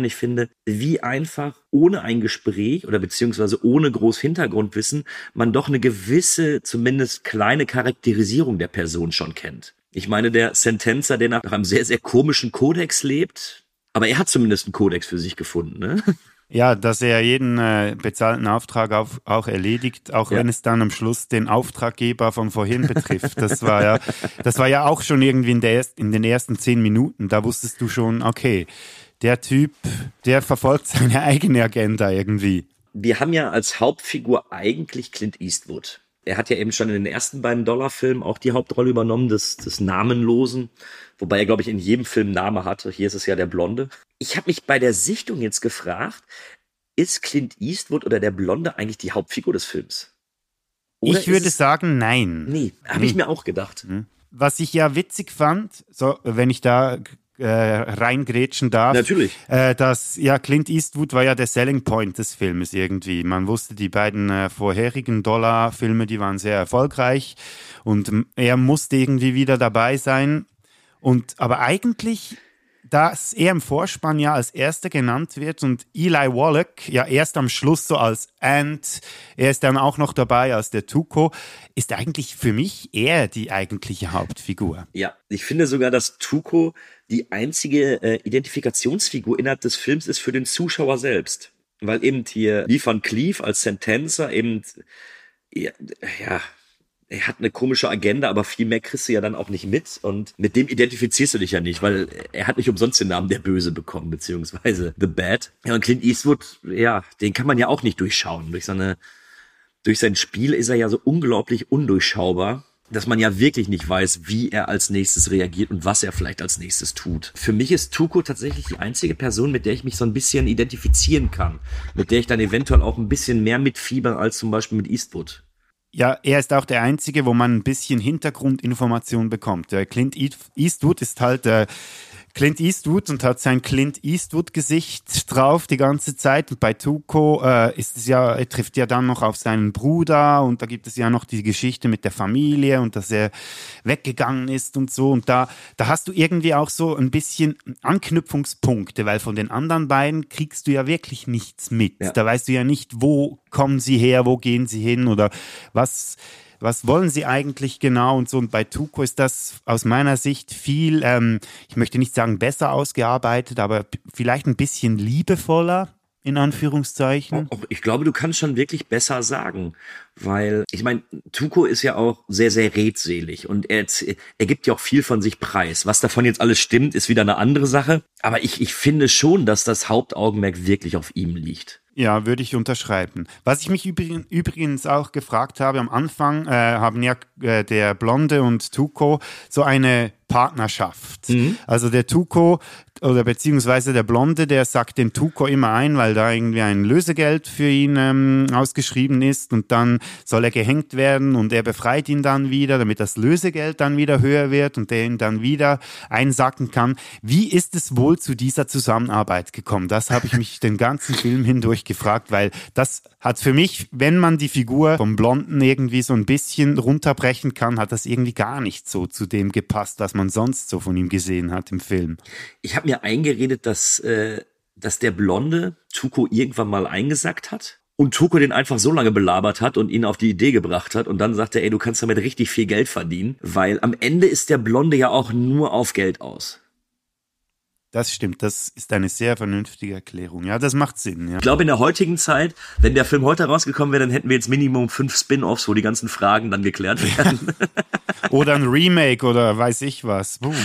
Speaker 6: finde, wie einfach ohne ein Gespräch oder beziehungsweise ohne groß Hintergrundwissen man doch eine gewisse, zumindest kleine Charakterisierung der Person schon kennt. Ich meine, der Sentencer, der nach einem sehr, sehr komischen Kodex lebt, aber er hat zumindest einen Kodex für sich gefunden, ne?
Speaker 7: Ja, dass er jeden äh, bezahlten Auftrag auf, auch erledigt, auch ja. wenn es dann am Schluss den Auftraggeber von vorhin betrifft. Das war ja, das war ja auch schon irgendwie in, der erst, in den ersten zehn Minuten. Da wusstest du schon, okay, der Typ, der verfolgt seine eigene Agenda irgendwie.
Speaker 6: Wir haben ja als Hauptfigur eigentlich Clint Eastwood. Er hat ja eben schon in den ersten beiden Dollar-Filmen auch die Hauptrolle übernommen, des, des Namenlosen. Wobei er, glaube ich, in jedem Film Name hatte. Hier ist es ja der Blonde. Ich habe mich bei der Sichtung jetzt gefragt, ist Clint Eastwood oder der Blonde eigentlich die Hauptfigur des Films?
Speaker 7: Oder ich würde sagen, nein.
Speaker 6: Nee, habe hm. ich mir auch gedacht.
Speaker 7: Was ich ja witzig fand, so wenn ich da äh, reingrätschen darf.
Speaker 6: Natürlich.
Speaker 7: Äh, dass, ja, Clint Eastwood war ja der Selling Point des Filmes irgendwie. Man wusste, die beiden äh, vorherigen Dollar-Filme, die waren sehr erfolgreich und er musste irgendwie wieder dabei sein. Und aber eigentlich, dass er im Vorspann ja als Erster genannt wird und Eli Wallach ja erst am Schluss so als Ant, er ist dann auch noch dabei als der Tuco, ist eigentlich für mich eher die eigentliche Hauptfigur.
Speaker 6: Ja, ich finde sogar, dass Tuco die einzige äh, Identifikationsfigur innerhalb des Films ist für den Zuschauer selbst. Weil eben hier Lee Van Cleef als Sentencer eben, ja, ja er hat eine komische Agenda, aber viel mehr kriegst du ja dann auch nicht mit und mit dem identifizierst du dich ja nicht, weil er hat nicht umsonst den Namen der Böse bekommen, beziehungsweise The Bad. Ja, und Clint Eastwood, ja, den kann man ja auch nicht durchschauen. Durch seine, durch sein Spiel ist er ja so unglaublich undurchschaubar, dass man ja wirklich nicht weiß, wie er als nächstes reagiert und was er vielleicht als nächstes tut. Für mich ist Tuco tatsächlich die einzige Person, mit der ich mich so ein bisschen identifizieren kann, mit der ich dann eventuell auch ein bisschen mehr mitfieber als zum Beispiel mit Eastwood.
Speaker 7: Ja, er ist auch der Einzige, wo man ein bisschen Hintergrundinformation bekommt. Der Clint Eastwood ist halt der Clint Eastwood und hat sein Clint Eastwood-Gesicht drauf die ganze Zeit. Und bei Tuco äh, ist es ja, er trifft ja dann noch auf seinen Bruder und da gibt es ja noch die Geschichte mit der Familie und dass er weggegangen ist und so. Und da, da hast du irgendwie auch so ein bisschen Anknüpfungspunkte, weil von den anderen beiden kriegst du ja wirklich nichts mit. Ja. Da weißt du ja nicht, wo kommen sie her, wo gehen sie hin oder was... Was wollen sie eigentlich genau und so? Und bei Tuco ist das aus meiner Sicht viel, ähm, ich möchte nicht sagen besser ausgearbeitet, aber vielleicht ein bisschen liebevoller, in Anführungszeichen.
Speaker 6: Ich glaube, du kannst schon wirklich besser sagen, weil, ich meine, Tuco ist ja auch sehr, sehr redselig und er, er gibt ja auch viel von sich preis. Was davon jetzt alles stimmt, ist wieder eine andere Sache, aber ich, ich finde schon, dass das Hauptaugenmerk wirklich auf ihm liegt.
Speaker 7: Ja, würde ich unterschreiben. Was ich mich übrigens auch gefragt habe, am Anfang äh, haben ja äh, der Blonde und Tuco so eine Partnerschaft. Mhm. Also der Tuco oder beziehungsweise der Blonde, der sagt dem Tuco immer ein, weil da irgendwie ein Lösegeld für ihn ähm, ausgeschrieben ist und dann soll er gehängt werden und er befreit ihn dann wieder, damit das Lösegeld dann wieder höher wird und der ihn dann wieder einsacken kann. Wie ist es wohl zu dieser Zusammenarbeit gekommen? Das habe ich mich den ganzen Film hindurch gefragt, weil das hat für mich, wenn man die Figur vom Blonden irgendwie so ein bisschen runterbrechen kann, hat das irgendwie gar nicht so zu dem gepasst, was man sonst so von ihm gesehen hat im Film.
Speaker 6: Ich habe mir eingeredet, dass, äh, dass der Blonde Tuco irgendwann mal eingesackt hat und Tuco den einfach so lange belabert hat und ihn auf die Idee gebracht hat und dann sagte, ey, du kannst damit richtig viel Geld verdienen, weil am Ende ist der Blonde ja auch nur auf Geld aus.
Speaker 7: Das stimmt, das ist eine sehr vernünftige Erklärung. Ja, das macht Sinn. Ja.
Speaker 6: Ich glaube, in der heutigen Zeit, wenn der Film heute rausgekommen wäre, dann hätten wir jetzt Minimum fünf Spin-Offs, wo die ganzen Fragen dann geklärt werden.
Speaker 7: Oder ein Remake oder weiß ich was. Uh.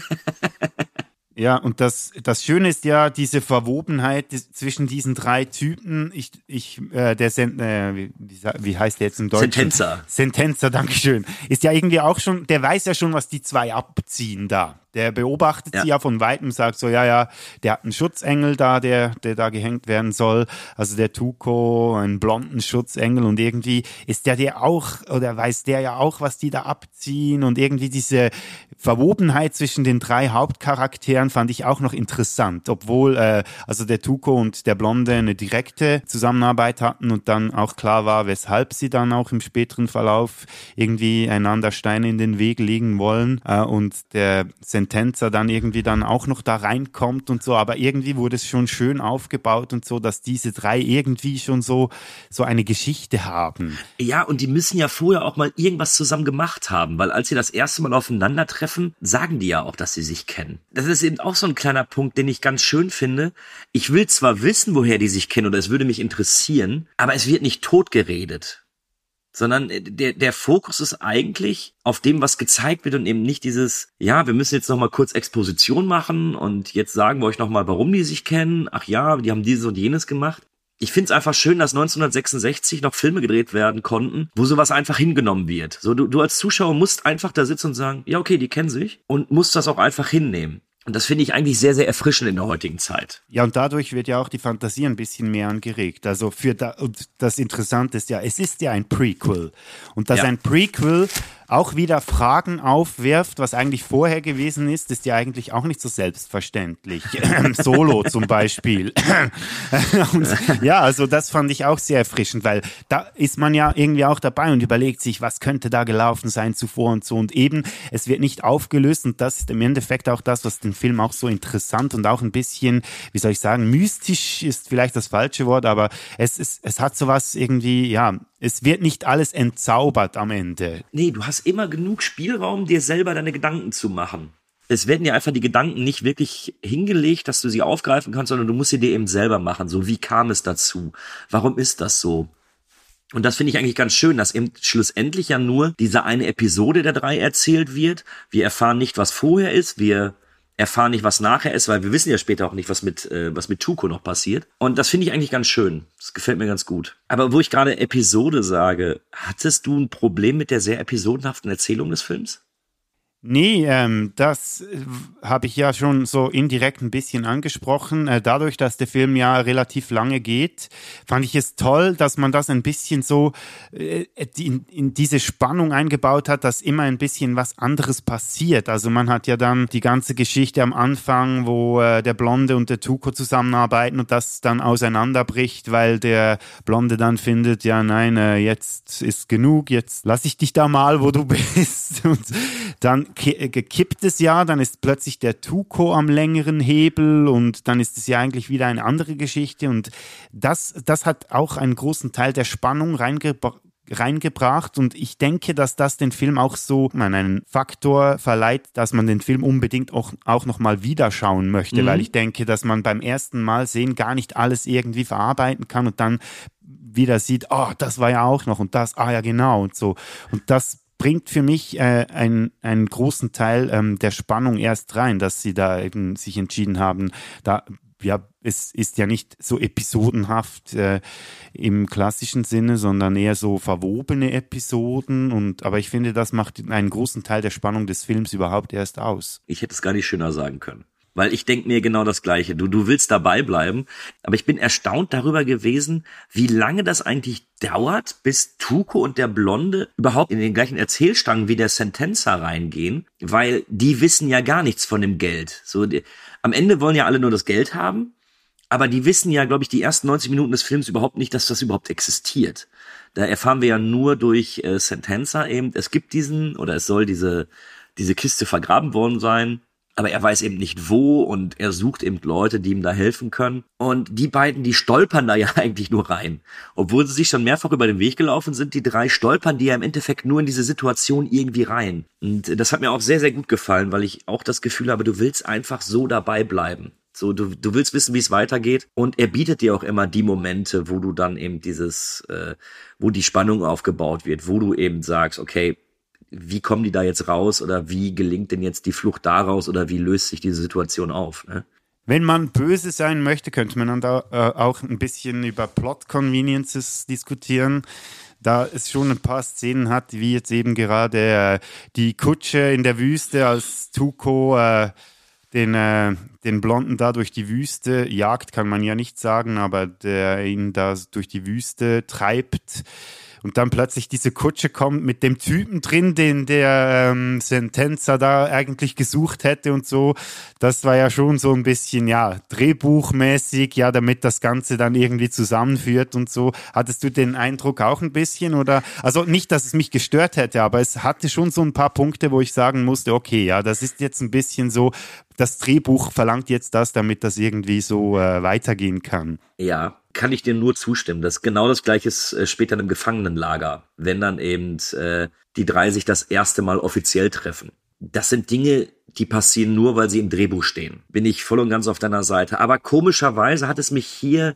Speaker 7: Ja, und das, das Schöne ist ja diese Verwobenheit zwischen diesen drei Typen. Ich, ich, äh, der Sen, äh, wie, wie heißt der jetzt im Deutschen?
Speaker 6: Sentencer.
Speaker 7: Sentencer, dankeschön. Ist ja irgendwie auch schon, der weiß ja schon, was die zwei abziehen da. Der beobachtet ja. sie ja von Weitem, sagt so, ja, ja, der hat einen Schutzengel da, der, der da gehängt werden soll. Also der Tuco, einen blonden Schutzengel und irgendwie ist der der auch, oder weiß der ja auch, was die da abziehen und irgendwie diese Verwobenheit zwischen den drei Hauptcharakteren fand ich auch noch interessant, obwohl äh, also der Tuco und der Blonde eine direkte Zusammenarbeit hatten und dann auch klar war, weshalb sie dann auch im späteren Verlauf irgendwie einander Steine in den Weg legen wollen äh, und der Sentenza dann irgendwie dann auch noch da reinkommt und so, aber irgendwie wurde es schon schön aufgebaut und so, dass diese drei irgendwie schon so so eine Geschichte haben.
Speaker 6: Ja, und die müssen ja vorher auch mal irgendwas zusammen gemacht haben, weil als sie das erste Mal aufeinandertreffen, sagen die ja auch, dass sie sich kennen. Das ist eben auch so ein kleiner Punkt, den ich ganz schön finde. Ich will zwar wissen, woher die sich kennen oder es würde mich interessieren, aber es wird nicht totgeredet, sondern der, der Fokus ist eigentlich auf dem, was gezeigt wird und eben nicht dieses, ja, wir müssen jetzt noch mal kurz Exposition machen und jetzt sagen wir euch noch mal, warum die sich kennen. Ach ja, die haben dieses und jenes gemacht. Ich finde es einfach schön, dass neunzehnhundertsechsundsechzig noch Filme gedreht werden konnten, wo sowas einfach hingenommen wird. So, du, du als Zuschauer musst einfach da sitzen und sagen, ja, okay, die kennen sich und musst das auch einfach hinnehmen. Und das finde ich eigentlich sehr, sehr erfrischend in der heutigen Zeit.
Speaker 7: Ja, und dadurch wird ja auch die Fantasie ein bisschen mehr angeregt. Also für da, und das Interessante ist ja, es ist ja ein Prequel. Und dass ja. ein Prequel auch wieder Fragen aufwirft, was eigentlich vorher gewesen ist, ist ja eigentlich auch nicht so selbstverständlich. Solo zum Beispiel. Und ja, also das fand ich auch sehr erfrischend, weil da ist man ja irgendwie auch dabei und überlegt sich, was könnte da gelaufen sein zuvor und so. Und eben, es wird nicht aufgelöst und das ist im Endeffekt auch das, was den Film auch so interessant und auch ein bisschen, wie soll ich sagen, mystisch ist vielleicht das falsche Wort, aber es ist, es hat sowas irgendwie, ja, es wird nicht alles entzaubert am Ende.
Speaker 6: Nee, du hast immer genug Spielraum, dir selber deine Gedanken zu machen. Es werden dir einfach die Gedanken nicht wirklich hingelegt, dass du sie aufgreifen kannst, sondern du musst sie dir eben selber machen. So, wie kam es dazu? Warum ist das so? Und das finde ich eigentlich ganz schön, dass eben schlussendlich ja nur diese eine Episode der drei erzählt wird. Wir erfahren nicht, was vorher ist. Wir erfahren nicht, was nachher ist, weil wir wissen ja später auch nicht, was mit äh, was mit Tuco noch passiert. Und das finde ich eigentlich ganz schön. Das gefällt mir ganz gut. Aber wo ich gerade Episode sage, hattest du ein Problem mit der sehr episodenhaften Erzählung des Films?
Speaker 7: Nee, ähm, das äh, habe ich ja schon so indirekt ein bisschen angesprochen. Äh, dadurch, dass der Film ja relativ lange geht, fand ich es toll, dass man das ein bisschen so äh, in, in diese Spannung eingebaut hat, dass immer ein bisschen was anderes passiert. Also man hat ja dann die ganze Geschichte am Anfang, wo äh, der Blonde und der Tuco zusammenarbeiten und das dann auseinanderbricht, weil der Blonde dann findet, ja nein, äh, jetzt ist genug, jetzt lass ich dich da mal, wo du bist. Und dann gekippt es ja, dann ist plötzlich der Tuco am längeren Hebel und dann ist es ja eigentlich wieder eine andere Geschichte und das, das hat auch einen großen Teil der Spannung reingebracht. reingebracht und ich denke, dass das den Film auch so einen Faktor verleiht, dass man den Film unbedingt auch, auch nochmal wieder schauen möchte, mhm. weil ich denke, dass man beim ersten Mal sehen gar nicht alles irgendwie verarbeiten kann und dann wieder sieht, oh, das war ja auch noch und das, ah ja genau und so und das bringt für mich äh, einen, einen großen Teil ähm, der Spannung erst rein, dass sie da eben sich entschieden haben, da ja, es ist ja nicht so episodenhaft äh, im klassischen Sinne, sondern eher so verwobene Episoden und aber ich finde, das macht einen großen Teil der Spannung des Films überhaupt erst aus.
Speaker 6: Ich hätte es gar nicht schöner sagen können. Weil ich denke mir genau das Gleiche. Du, du willst dabei bleiben, aber ich bin erstaunt darüber gewesen, wie lange das eigentlich dauert, bis Tuco und der Blonde überhaupt in den gleichen Erzählstrang wie der Sentenza reingehen, weil die wissen ja gar nichts von dem Geld. So, die, am Ende wollen ja alle nur das Geld haben, aber die wissen ja, glaube ich, die ersten neunzig Minuten des Films überhaupt nicht, dass das überhaupt existiert. Da erfahren wir ja nur durch äh, Sentenza eben, es gibt diesen, oder es soll diese, diese Kiste vergraben worden sein, aber er weiß eben nicht wo und er sucht eben Leute, die ihm da helfen können. Und die beiden, die stolpern da ja eigentlich nur rein. Obwohl sie sich schon mehrfach über den Weg gelaufen sind, die drei stolpern die ja im Endeffekt nur in diese Situation irgendwie rein. Und das hat mir auch sehr, sehr gut gefallen, weil ich auch das Gefühl habe, du willst einfach so dabei bleiben. So, du, du willst wissen, wie es weitergeht. Und er bietet dir auch immer die Momente, wo du dann eben dieses, äh, wo die Spannung aufgebaut wird, wo du eben sagst, okay, wie kommen die da jetzt raus oder wie gelingt denn jetzt die Flucht daraus oder wie löst sich diese Situation auf? Ne?
Speaker 7: Wenn man böse sein möchte, könnte man dann da äh, auch ein bisschen über Plot-Conveniences diskutieren, da es schon ein paar Szenen hat, wie jetzt eben gerade äh, die Kutsche in der Wüste, als Tuco äh, den, äh, den Blonden da durch die Wüste jagt, kann man ja nicht sagen, aber der ihn da durch die Wüste treibt. und dann plötzlich diese Kutsche kommt mit dem Typen drin, den der ähm, Sentenza da eigentlich gesucht hätte und so. Das war ja schon so ein bisschen, ja, drehbuchmäßig, ja, damit das Ganze dann irgendwie zusammenführt und so. Hattest du den Eindruck auch ein bisschen oder, also nicht, dass es mich gestört hätte, aber es hatte schon so ein paar Punkte, wo ich sagen musste, okay, ja, das ist jetzt ein bisschen so, das Drehbuch verlangt jetzt das, damit das irgendwie so äh, weitergehen kann.
Speaker 6: Ja, kann ich dir nur zustimmen. Das genau das Gleiche ist äh, später im Gefangenenlager, wenn dann eben äh, die drei sich das erste Mal offiziell treffen. Das sind Dinge, die passieren nur, weil sie im Drehbuch stehen. Bin ich voll und ganz auf deiner Seite. Aber komischerweise hat es mich hier,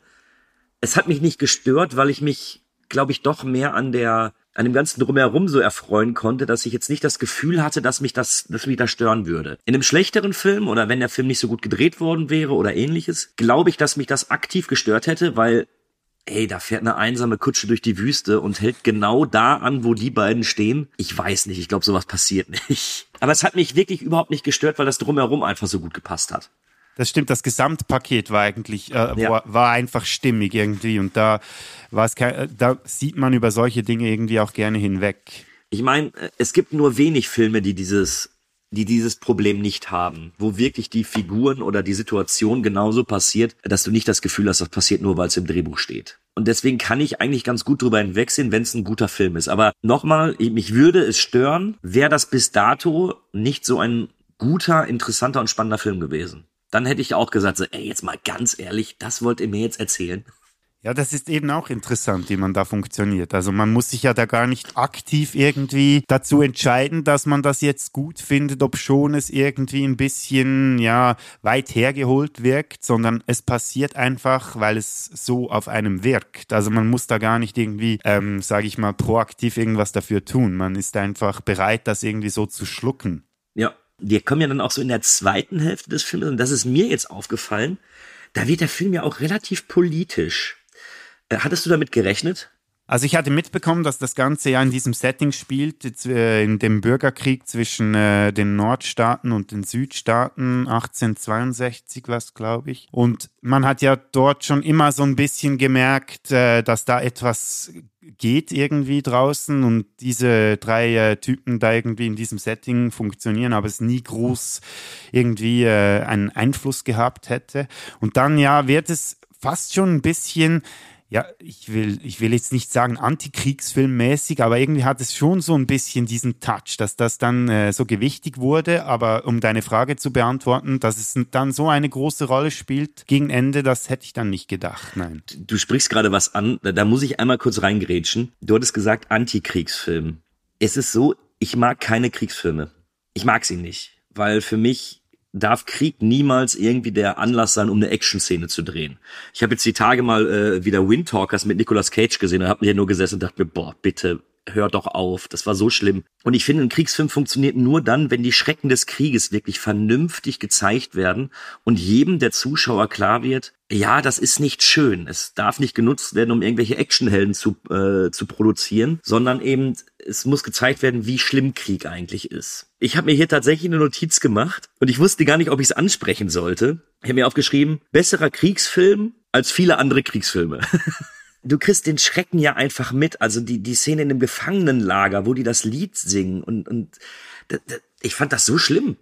Speaker 6: es hat mich nicht gestört, weil ich mich, glaube ich, doch mehr an der an dem ganzen Drumherum so erfreuen konnte, dass ich jetzt nicht das Gefühl hatte, dass mich das, dass mich das stören würde. In einem schlechteren Film oder wenn der Film nicht so gut gedreht worden wäre oder ähnliches, glaube ich, dass mich das aktiv gestört hätte, weil, ey, da fährt eine einsame Kutsche durch die Wüste und hält genau da an, wo die beiden stehen. Ich weiß nicht, ich glaube, sowas passiert nicht. Aber es hat mich wirklich überhaupt nicht gestört, weil das Drumherum einfach so gut gepasst hat.
Speaker 7: Das stimmt, das Gesamtpaket war eigentlich, äh,
Speaker 6: ja.
Speaker 7: war, war einfach stimmig irgendwie und da war es kein, da sieht man über solche Dinge irgendwie auch gerne hinweg.
Speaker 6: Ich meine, es gibt nur wenig Filme, die dieses, die dieses Problem nicht haben, wo wirklich die Figuren oder die Situation genauso passiert, dass du nicht das Gefühl hast, das passiert nur, weil es im Drehbuch steht. Und deswegen kann ich eigentlich ganz gut drüber hinwegsehen, wenn es ein guter Film ist. Aber nochmal, mich würde es stören, wäre das bis dato nicht so ein guter, interessanter und spannender Film gewesen. Dann hätte ich auch gesagt, so, ey, jetzt mal ganz ehrlich, das wollt ihr mir jetzt erzählen?
Speaker 7: Ja, das ist eben auch interessant, wie man da funktioniert. Also man muss sich ja da gar nicht aktiv irgendwie dazu entscheiden, dass man das jetzt gut findet, obschon es irgendwie ein bisschen, ja, weit hergeholt wirkt, sondern es passiert einfach, weil es so auf einem wirkt. Also man muss da gar nicht irgendwie, ähm, sage ich mal, proaktiv irgendwas dafür tun. Man ist einfach bereit, das irgendwie so zu schlucken.
Speaker 6: Ja. Wir kommen ja dann auch so in der zweiten Hälfte des Films, und das ist mir jetzt aufgefallen, da wird der Film ja auch relativ politisch. Äh, hattest du damit gerechnet?
Speaker 7: Also ich hatte mitbekommen, dass das Ganze ja in diesem Setting spielt, in dem Bürgerkrieg zwischen äh, den Nordstaaten und den Südstaaten, achtzehnhundertzweiundsechzig was, glaube ich. Und man hat ja dort schon immer so ein bisschen gemerkt, äh, dass da etwas geht irgendwie draußen und diese drei äh, Typen da irgendwie in diesem Setting funktionieren, aber es nie groß irgendwie äh, einen Einfluss gehabt hätte. Und dann ja wird es fast schon ein bisschen, ja, ich will, ich will jetzt nicht sagen Antikriegsfilmmäßig, aber irgendwie hat es schon so ein bisschen diesen Touch, dass das dann äh, so gewichtig wurde. Aber um deine Frage zu beantworten, dass es dann so eine große Rolle spielt gegen Ende, das hätte ich dann nicht gedacht, nein.
Speaker 6: Du sprichst gerade was an, da muss ich einmal kurz reingrätschen. Du hattest gesagt Antikriegsfilm. Es ist so, ich mag keine Kriegsfilme. Ich mag sie nicht, weil für mich darf Krieg niemals irgendwie der Anlass sein, um eine Action-Szene zu drehen. Ich habe jetzt die Tage mal äh, wieder Windtalkers mit Nicolas Cage gesehen und habe mir nur gesessen und dachte mir, boah, bitte, hör doch auf, das war so schlimm. Und ich finde, ein Kriegsfilm funktioniert nur dann, wenn die Schrecken des Krieges wirklich vernünftig gezeigt werden und jedem der Zuschauer klar wird, ja, das ist nicht schön. Es darf nicht genutzt werden, um irgendwelche Actionhelden zu, äh, zu produzieren, sondern eben, es muss gezeigt werden, wie schlimm Krieg eigentlich ist. Ich habe mir hier tatsächlich eine Notiz gemacht und ich wusste gar nicht, ob ich es ansprechen sollte. Ich habe mir aufgeschrieben, besserer Kriegsfilm als viele andere Kriegsfilme. Du kriegst den Schrecken ja einfach mit, also die die Szene in dem Gefangenenlager, wo die das Lied singen und und d- d- ich fand das so schlimm.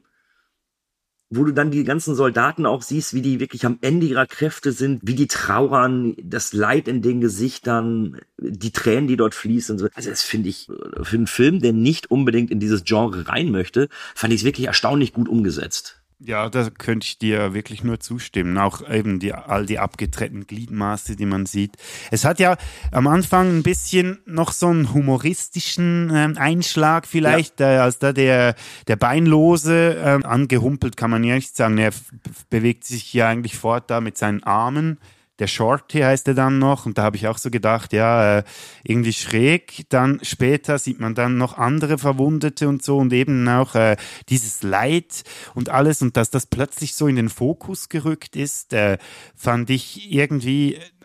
Speaker 6: Wo du dann die ganzen Soldaten auch siehst, wie die wirklich am Ende ihrer Kräfte sind, wie die trauern, das Leid in den Gesichtern, die Tränen, die dort fließen. So. Also das finde ich, für einen Film, der nicht unbedingt in dieses Genre rein möchte, fand ich es wirklich erstaunlich gut umgesetzt.
Speaker 7: Ja, da könnte ich dir wirklich nur zustimmen. Auch eben die, all die abgetrennten Gliedmaße, die man sieht. Es hat ja am Anfang ein bisschen noch so einen humoristischen ähm, Einschlag vielleicht, ja. äh, als da der, der Beinlose ähm, angehumpelt, kann man ja nicht sagen. Er f- bewegt sich ja eigentlich fort da mit seinen Armen. Der Shorty heißt er dann noch und da habe ich auch so gedacht, ja, äh, irgendwie schräg. Dann später sieht man dann noch andere Verwundete und so und eben auch äh, dieses Leid und alles und dass das plötzlich so in den Fokus gerückt ist, äh, fand ich irgendwie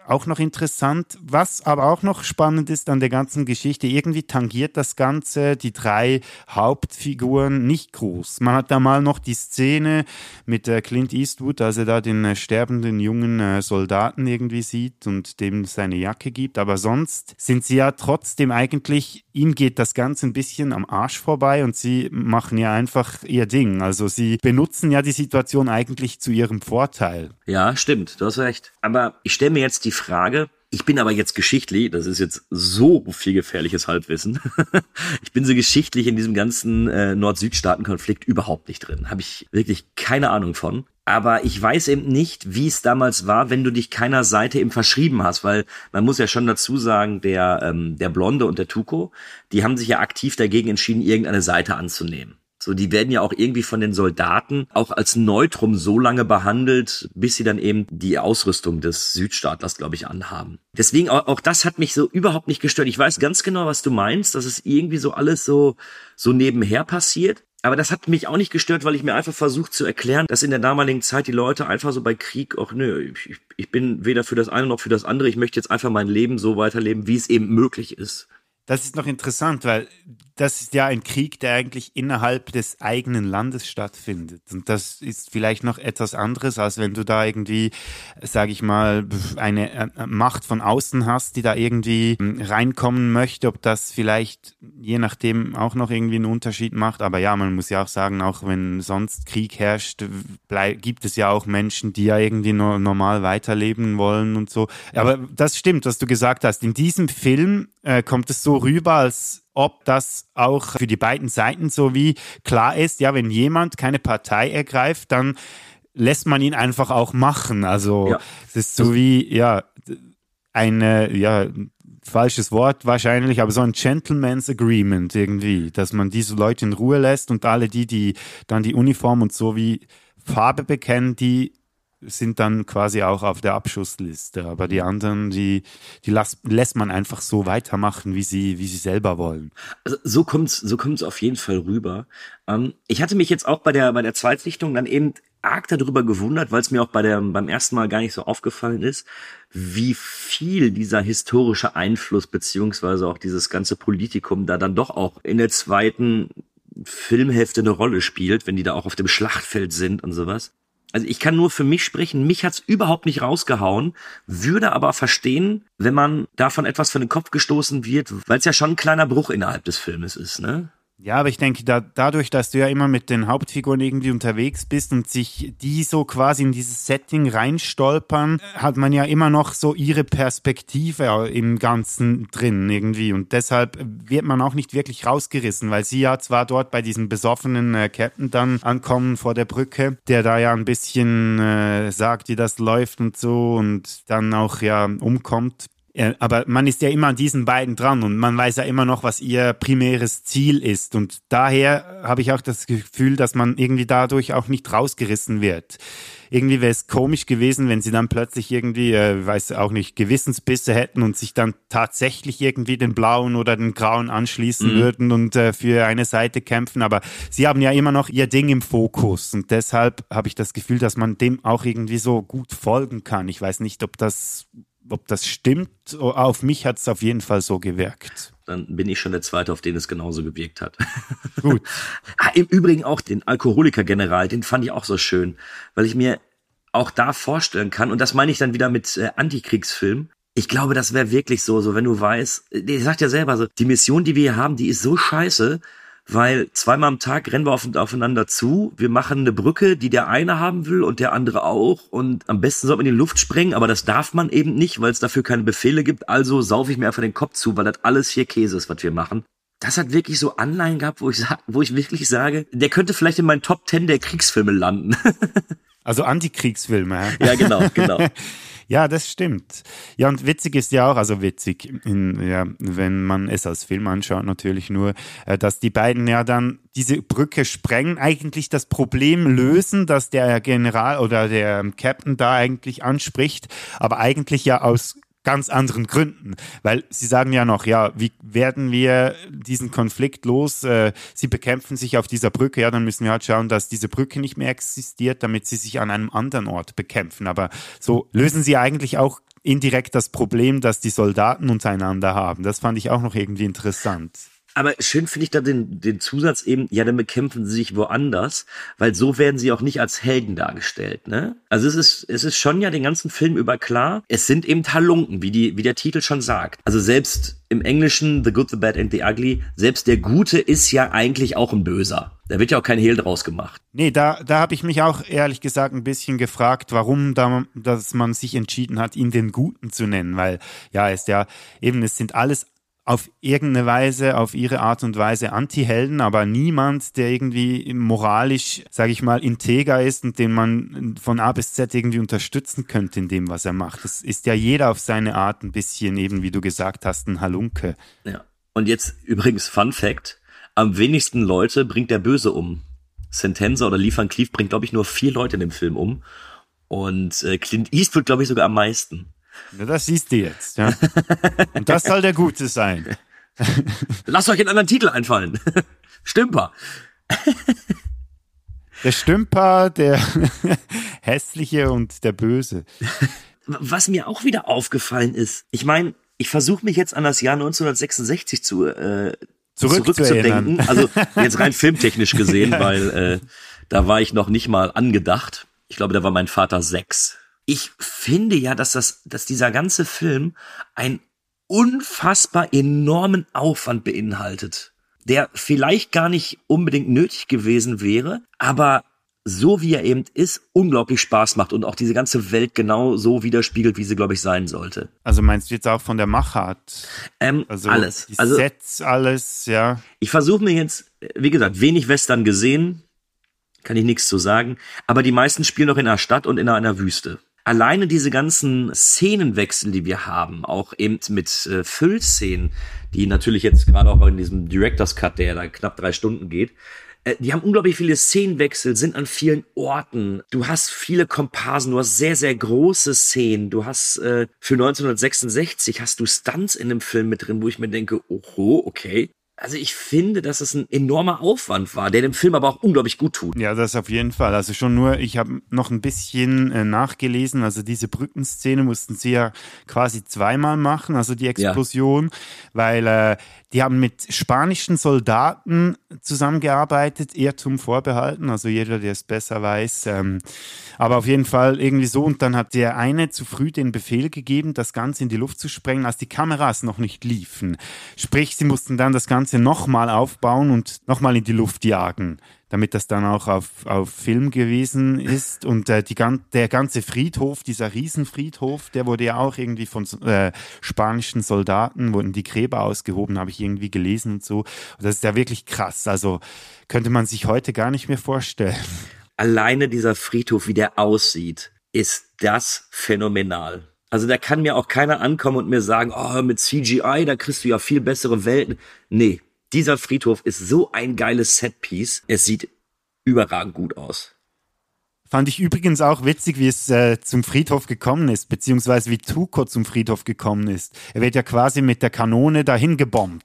Speaker 7: auch noch interessant. Was aber auch noch spannend ist an der ganzen Geschichte, irgendwie tangiert das Ganze die drei Hauptfiguren nicht groß. Man hat da mal noch die Szene mit äh, Clint Eastwood, als er da den äh, sterbenden jungen äh, Soldaten irgendwie sieht und dem seine Jacke gibt. Aber sonst sind sie ja trotzdem eigentlich, ihnen geht das Ganze ein bisschen am Arsch vorbei und sie machen ja einfach ihr Ding. Also sie benutzen ja die Situation eigentlich zu ihrem Vorteil.
Speaker 6: Ja, stimmt, du hast recht. Aber ich stelle mir jetzt die Frage, ich bin aber jetzt geschichtlich, das ist jetzt so viel gefährliches Halbwissen, ich bin so geschichtlich in diesem ganzen äh, Nord-Süd-Staaten-Konflikt überhaupt nicht drin. Habe ich wirklich keine Ahnung von. Aber ich weiß eben nicht, wie es damals war, wenn du dich keiner Seite eben verschrieben hast, weil man muss ja schon dazu sagen, der, ähm, der Blonde und der Tuco, die haben sich ja aktiv dagegen entschieden, irgendeine Seite anzunehmen. So, die werden ja auch irgendwie von den Soldaten auch als Neutrum so lange behandelt, bis sie dann eben die Ausrüstung des Südstaatlers, glaube ich, anhaben. Deswegen, auch, auch das hat mich so überhaupt nicht gestört. Ich weiß ganz genau, was du meinst, dass es irgendwie so alles so, so nebenher passiert. Aber das hat mich auch nicht gestört, weil ich mir einfach versucht zu erklären, dass in der damaligen Zeit die Leute einfach so bei Krieg, ach nö, ich, ich bin weder für das eine noch für das andere. Ich möchte jetzt einfach mein Leben so weiterleben, wie es eben möglich ist.
Speaker 7: Das ist noch interessant, weil das ist ja ein Krieg, der eigentlich innerhalb des eigenen Landes stattfindet. Und das ist vielleicht noch etwas anderes, als wenn du da irgendwie, sage ich mal, eine Macht von außen hast, die da irgendwie reinkommen möchte, ob das vielleicht je nachdem auch noch irgendwie einen Unterschied macht. Aber ja, man muss ja auch sagen, auch wenn sonst Krieg herrscht, bleib, gibt es ja auch Menschen, die ja irgendwie no, normal weiterleben wollen und so. Aber das stimmt, was du gesagt hast. In diesem Film äh, kommt es so rüber, als ob das auch für die beiden Seiten so wie klar ist, ja, wenn jemand keine Partei ergreift, dann lässt man ihn einfach auch machen. Also ja. Es ist so wie, ja, eine, ja, falsches Wort wahrscheinlich, aber so ein Gentleman's Agreement irgendwie, dass man diese Leute in Ruhe lässt und alle die, die dann die Uniform und so wie Farbe bekennen, die sind dann quasi auch auf der Abschussliste. Aber die anderen, die, die las, lässt man einfach so weitermachen, wie sie, wie sie selber wollen.
Speaker 6: Also so kommt's, so kommt's auf jeden Fall rüber. Ähm, ich hatte mich jetzt auch bei der, bei der Zweitsichtung dann eben arg darüber gewundert, weil es mir auch bei der, beim ersten Mal gar nicht so aufgefallen ist, wie viel dieser historische Einfluss beziehungsweise auch dieses ganze Politikum da dann doch auch in der zweiten Filmhälfte eine Rolle spielt, wenn die da auch auf dem Schlachtfeld sind und sowas. Also ich kann nur für mich sprechen, mich hat's überhaupt nicht rausgehauen, würde aber verstehen, wenn man davon etwas vor den Kopf gestoßen wird, weil es ja schon ein kleiner Bruch innerhalb des Filmes ist, ne?
Speaker 7: Ja, aber ich denke, da, dadurch, dass du ja immer mit den Hauptfiguren irgendwie unterwegs bist und sich die so quasi in dieses Setting reinstolpern, hat man ja immer noch so ihre Perspektive im Ganzen drin irgendwie. Und deshalb wird man auch nicht wirklich rausgerissen, weil sie ja zwar dort bei diesem besoffenen äh, Captain dann ankommen vor der Brücke, der da ja ein bisschen äh, sagt, wie das läuft und so und dann auch ja umkommt. Aber man ist ja immer an diesen beiden dran und man weiß ja immer noch, was ihr primäres Ziel ist. Und daher habe ich auch das Gefühl, dass man irgendwie dadurch auch nicht rausgerissen wird. Irgendwie wäre es komisch gewesen, wenn sie dann plötzlich irgendwie, äh, weiß auch nicht, Gewissensbisse hätten und sich dann tatsächlich irgendwie den Blauen oder den Grauen anschließen mhm. würden und äh, für eine Seite kämpfen. Aber sie haben ja immer noch ihr Ding im Fokus und deshalb habe ich das Gefühl, dass man dem auch irgendwie so gut folgen kann. Ich weiß nicht, ob das... Ob das stimmt, auf mich hat es auf jeden Fall so gewirkt.
Speaker 6: Dann bin ich schon der Zweite, auf den es genauso gewirkt hat.
Speaker 7: Gut.
Speaker 6: Im Übrigen auch den Alkoholiker-General, den fand ich auch so schön, weil ich mir auch da vorstellen kann, und das meine ich dann wieder mit äh, Antikriegsfilm, ich glaube, das wäre wirklich so, so wenn du weißt, der sagt ja selber so, die Mission, die wir hier haben, die ist so scheiße, weil zweimal am Tag rennen wir auf, aufeinander zu, wir machen eine Brücke, die der eine haben will und der andere auch und am besten sollte man in die Luft sprengen, aber das darf man eben nicht, weil es dafür keine Befehle gibt, also saufe ich mir einfach den Kopf zu, weil das alles hier Käse ist, was wir machen. Das hat wirklich so Anleihen gehabt, wo ich, wo ich wirklich sage, der könnte vielleicht in meinen Top Ten der Kriegsfilme landen.
Speaker 7: Also Antikriegsfilme.
Speaker 6: Ja, genau, genau.
Speaker 7: Ja, das stimmt. Ja, und witzig ist ja auch, also witzig, in, ja, wenn man es als Film anschaut, natürlich nur, äh, dass die beiden ja dann diese Brücke sprengen, eigentlich das Problem lösen, dass der General oder der Captain da eigentlich anspricht, aber eigentlich ja aus ganz anderen Gründen, weil sie sagen ja noch, ja, wie werden wir diesen Konflikt los? Äh, sie bekämpfen sich auf dieser Brücke, ja, dann müssen wir halt schauen, dass diese Brücke nicht mehr existiert, damit sie sich an einem anderen Ort bekämpfen. Aber so lösen sie eigentlich auch indirekt das Problem, das die Soldaten untereinander haben. Das fand ich auch noch irgendwie interessant.
Speaker 6: Aber schön finde ich da den, den Zusatz eben, ja, dann bekämpfen sie sich woanders, weil so werden sie auch nicht als Helden dargestellt, ne? Also es ist, es ist schon ja den ganzen Film über klar, es sind eben Halunken, wie die, wie der Titel schon sagt. Also selbst im Englischen, The Good, The Bad and The Ugly, selbst der Gute ist ja eigentlich auch ein Böser. Da wird ja auch kein Hehl draus gemacht.
Speaker 7: Nee, da, da habe ich mich auch ehrlich gesagt ein bisschen gefragt, warum da, dass man sich entschieden hat, ihn den Guten zu nennen, weil ja, es ja eben, es sind alles auf irgendeine Weise, auf ihre Art und Weise Anti-Helden, aber niemand, der irgendwie moralisch, sage ich mal, integer ist und den man von A bis Z irgendwie unterstützen könnte in dem, was er macht. Das ist ja jeder auf seine Art ein bisschen eben, wie du gesagt hast, ein Halunke.
Speaker 6: Ja. Und jetzt übrigens Fun Fact, am wenigsten Leute bringt der Böse um. Sentenza oder Lee Van Cleef bringt, glaube ich, nur vier Leute in dem Film um. Und äh, Clint Eastwood, glaube ich, sogar am meisten.
Speaker 7: Ja, das siehst du jetzt, ja. Und das soll der Gute sein.
Speaker 6: Lasst euch einen anderen Titel einfallen. Stümper.
Speaker 7: Der Stümper, der Hässliche und der Böse.
Speaker 6: Was mir auch wieder aufgefallen ist, ich meine, ich versuche mich jetzt an das Jahr neunzehnhundertsechsundsechzig zu äh, zurückzudenken. Also jetzt rein filmtechnisch gesehen, ja. weil äh, da war ich noch nicht mal angedacht. Ich glaube, da war mein Vater sechs. Ich finde ja, dass das, dass dieser ganze Film einen unfassbar enormen Aufwand beinhaltet, der vielleicht gar nicht unbedingt nötig gewesen wäre, aber so wie er eben ist, unglaublich Spaß macht und auch diese ganze Welt genau so widerspiegelt, wie sie, glaube ich, sein sollte.
Speaker 7: Also meinst du jetzt auch von der Machart?
Speaker 6: Ähm,
Speaker 7: also
Speaker 6: alles.
Speaker 7: Die
Speaker 6: also,
Speaker 7: Sets, alles, ja.
Speaker 6: Ich versuche mir jetzt, wie gesagt, wenig Western gesehen, kann ich nichts zu sagen, aber die meisten spielen noch in einer Stadt und in einer Wüste. Alleine diese ganzen Szenenwechsel, die wir haben, auch eben mit äh, Füllszenen, die natürlich jetzt gerade auch in diesem Director's Cut, der ja da knapp drei Stunden geht, äh, die haben unglaublich viele Szenenwechsel, sind an vielen Orten. Du hast viele Komparsen, du hast sehr, sehr große Szenen. Du hast äh, für neunzehnhundertsechsundsechzig hast du Stunts in dem Film mit drin, wo ich mir denke, oho, okay. Also ich finde, dass es ein enormer Aufwand war, der dem Film aber auch unglaublich gut tut.
Speaker 7: Ja, das auf jeden Fall. Also schon nur, ich habe noch ein bisschen äh, nachgelesen, also diese Brückenszene mussten sie ja quasi zweimal machen, also die Explosion, ja. weil äh, die haben mit spanischen Soldaten zusammengearbeitet, Irrtum vorbehalten, also jeder, der es besser weiß. Ähm, aber auf jeden Fall irgendwie so. Und dann hat der eine zu früh den Befehl gegeben, das Ganze in die Luft zu sprengen, als die Kameras noch nicht liefen. Sprich, sie mussten dann das Ganze nochmal aufbauen und nochmal in die Luft jagen, damit das dann auch auf, auf Film gewesen ist. Und äh, die, der ganze Friedhof, dieser Riesenfriedhof, der wurde ja auch irgendwie von äh, spanischen Soldaten, wurden die Gräber ausgehoben, habe ich irgendwie gelesen und so. Und das ist ja wirklich krass. Also könnte man sich heute gar nicht mehr vorstellen.
Speaker 6: Alleine dieser Friedhof, wie der aussieht, ist das phänomenal. Also da kann mir auch keiner ankommen und mir sagen, oh, mit C G I, da kriegst du ja viel bessere Welten. Nee, dieser Friedhof ist so ein geiles Setpiece. Es sieht überragend gut aus.
Speaker 7: Fand ich übrigens auch witzig, wie es äh, zum Friedhof gekommen ist, beziehungsweise wie Tuco zum Friedhof gekommen ist. Er wird ja quasi mit der Kanone dahin gebombt.